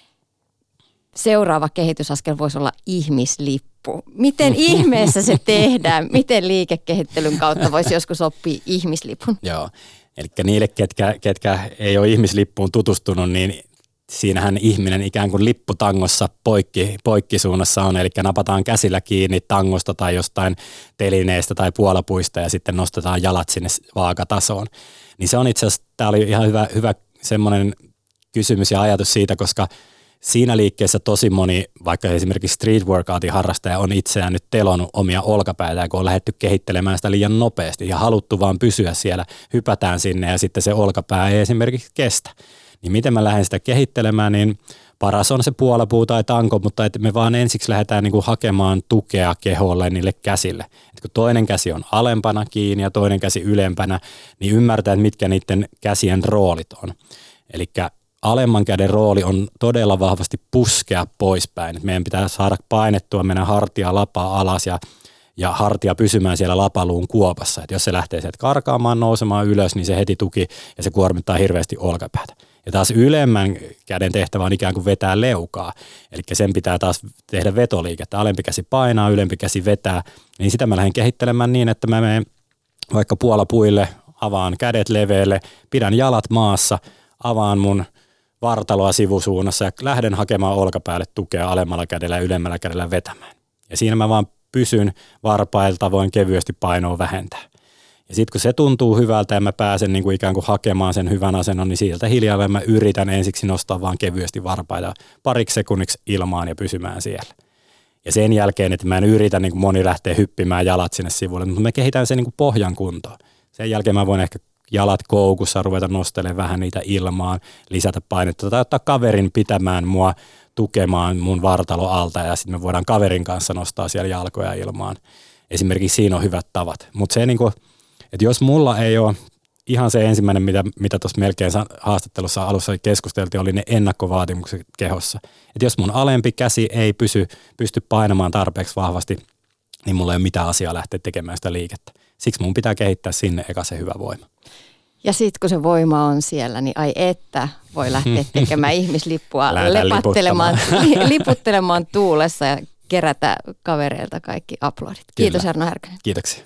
Seuraava kehitysaskel voisi olla ihmislippu. Miten ihmeessä se tehdään? Miten liikekehittelyn kautta voisi joskus oppia ihmislipun? Joo, eli niille, ketkä, ketkä ei ole ihmislippuun tutustunut, niin siinähän ihminen ikään kuin lipputangossa poikki, poikkisuunnassa on, eli napataan käsillä kiinni tangosta tai jostain telineestä tai puolapuista ja sitten nostetaan jalat sinne vaakatasoon. Niin se on itse asiassa, tämä oli ihan hyvä, hyvä semmoinen kysymys ja ajatus siitä, koska siinä liikkeessä tosi moni, vaikka esimerkiksi street workoutin harrastaja on itseään nyt telonut omia olkapäitä, kun on lähdetty kehittelemään sitä liian nopeasti ja haluttu vaan pysyä siellä, hypätään sinne ja sitten se olkapää ei esimerkiksi kestä. Niin miten mä lähden sitä kehittelemään, niin paras on se puolapuu tai tanko, mutta että me vaan ensiksi lähdetään niin kuin hakemaan tukea keholle niille käsille. Et kun toinen käsi on alempana kiinni ja toinen käsi ylempänä, niin ymmärtää, että mitkä niiden käsien roolit on. Eli alemman käden rooli on todella vahvasti puskea poispäin. Et meidän pitää saada painettua meidän hartia lapaa alas ja, ja hartia pysymään siellä lapaluun kuopassa. Et jos se lähtee sieltä karkaamaan, nousemaan ylös, niin se heti tuki ja se kuormittaa hirveästi olkapäätä. Ja taas ylemmän käden tehtävä on ikään kuin vetää leukaa. Eli sen pitää taas tehdä vetoliikettä. Alempi käsi painaa, ylempi käsi vetää. Niin sitä mä lähden kehittelemään niin, että mä menen vaikka puolapuille, avaan kädet leveälle, pidän jalat maassa, avaan mun vartaloa sivusuunnassa ja lähden hakemaan olkapäälle tukea alemmalla kädellä ja ylemmällä kädellä vetämään. Ja siinä mä vaan pysyn varpailta, voin kevyesti painoa vähentää. Ja sitten kun se tuntuu hyvältä ja mä pääsen niin kuin ikään kuin hakemaan sen hyvän asennon, niin sieltä hiljalleen mä yritän ensiksi nostaa vaan kevyesti varpaita pariksi sekunniksi ilmaan ja pysymään siellä. Ja sen jälkeen, että mä en yritä, niin kuin moni lähtee hyppimään jalat sinne sivulle, mutta me kehitän sen niin kuin pohjan kuntoon. Sen jälkeen mä voin ehkä jalat koukussa ruveta nostelemaan vähän niitä ilmaan, lisätä painetta tai ottaa kaverin pitämään mua, tukemaan mun vartalo alta ja sitten me voidaan kaverin kanssa nostaa siellä jalkoja ilmaan. Esimerkiksi siinä on hyvät tavat. Mutta se niin kuin, että jos mulla ei ole ihan se ensimmäinen, mitä, mitä tuossa melkein haastattelussa alussa keskusteltiin, oli ne ennakkovaatimukset kehossa. Että jos mun alempi käsi ei pysy, pysty painamaan tarpeeksi vahvasti, niin mulla ei ole mitään asiaa lähteä tekemään sitä liikettä. Siksi mun pitää kehittää sinne eka se hyvä voima. Ja sitten kun se voima on siellä, niin ai että voi lähteä tekemään ihmislippua, lepattelemaan, liputtelemaan tuulessa ja kerätä kavereilta kaikki aplodit. Kiitos Jarno Härkönen. Kiitoksia.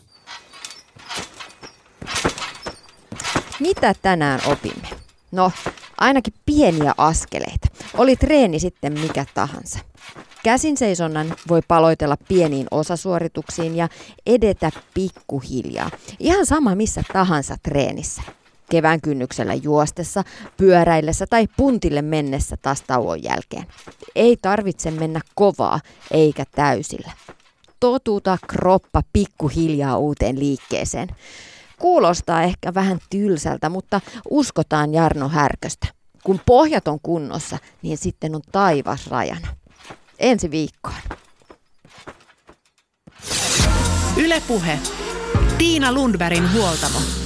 Mitä tänään opimme? No, ainakin pieniä askeleita. Oli treeni sitten mikä tahansa. Käsinseisonnan voi paloitella pieniin osasuorituksiin ja edetä pikkuhiljaa. Ihan sama missä tahansa treenissä. Kevään kynnyksellä juostessa, pyöräillessä tai puntille mennessä taas tauon jälkeen. Ei tarvitse mennä kovaa eikä täysillä. Totuta kroppa pikkuhiljaa uuteen liikkeeseen. Kuulostaa ehkä vähän tylsältä, mutta uskotaan Jarno Härköstä. Kun pohjat on kunnossa, niin sitten on taivas rajana. Ensi viikkoon. Yle Puhe. Tiina Lundbergin huoltamo.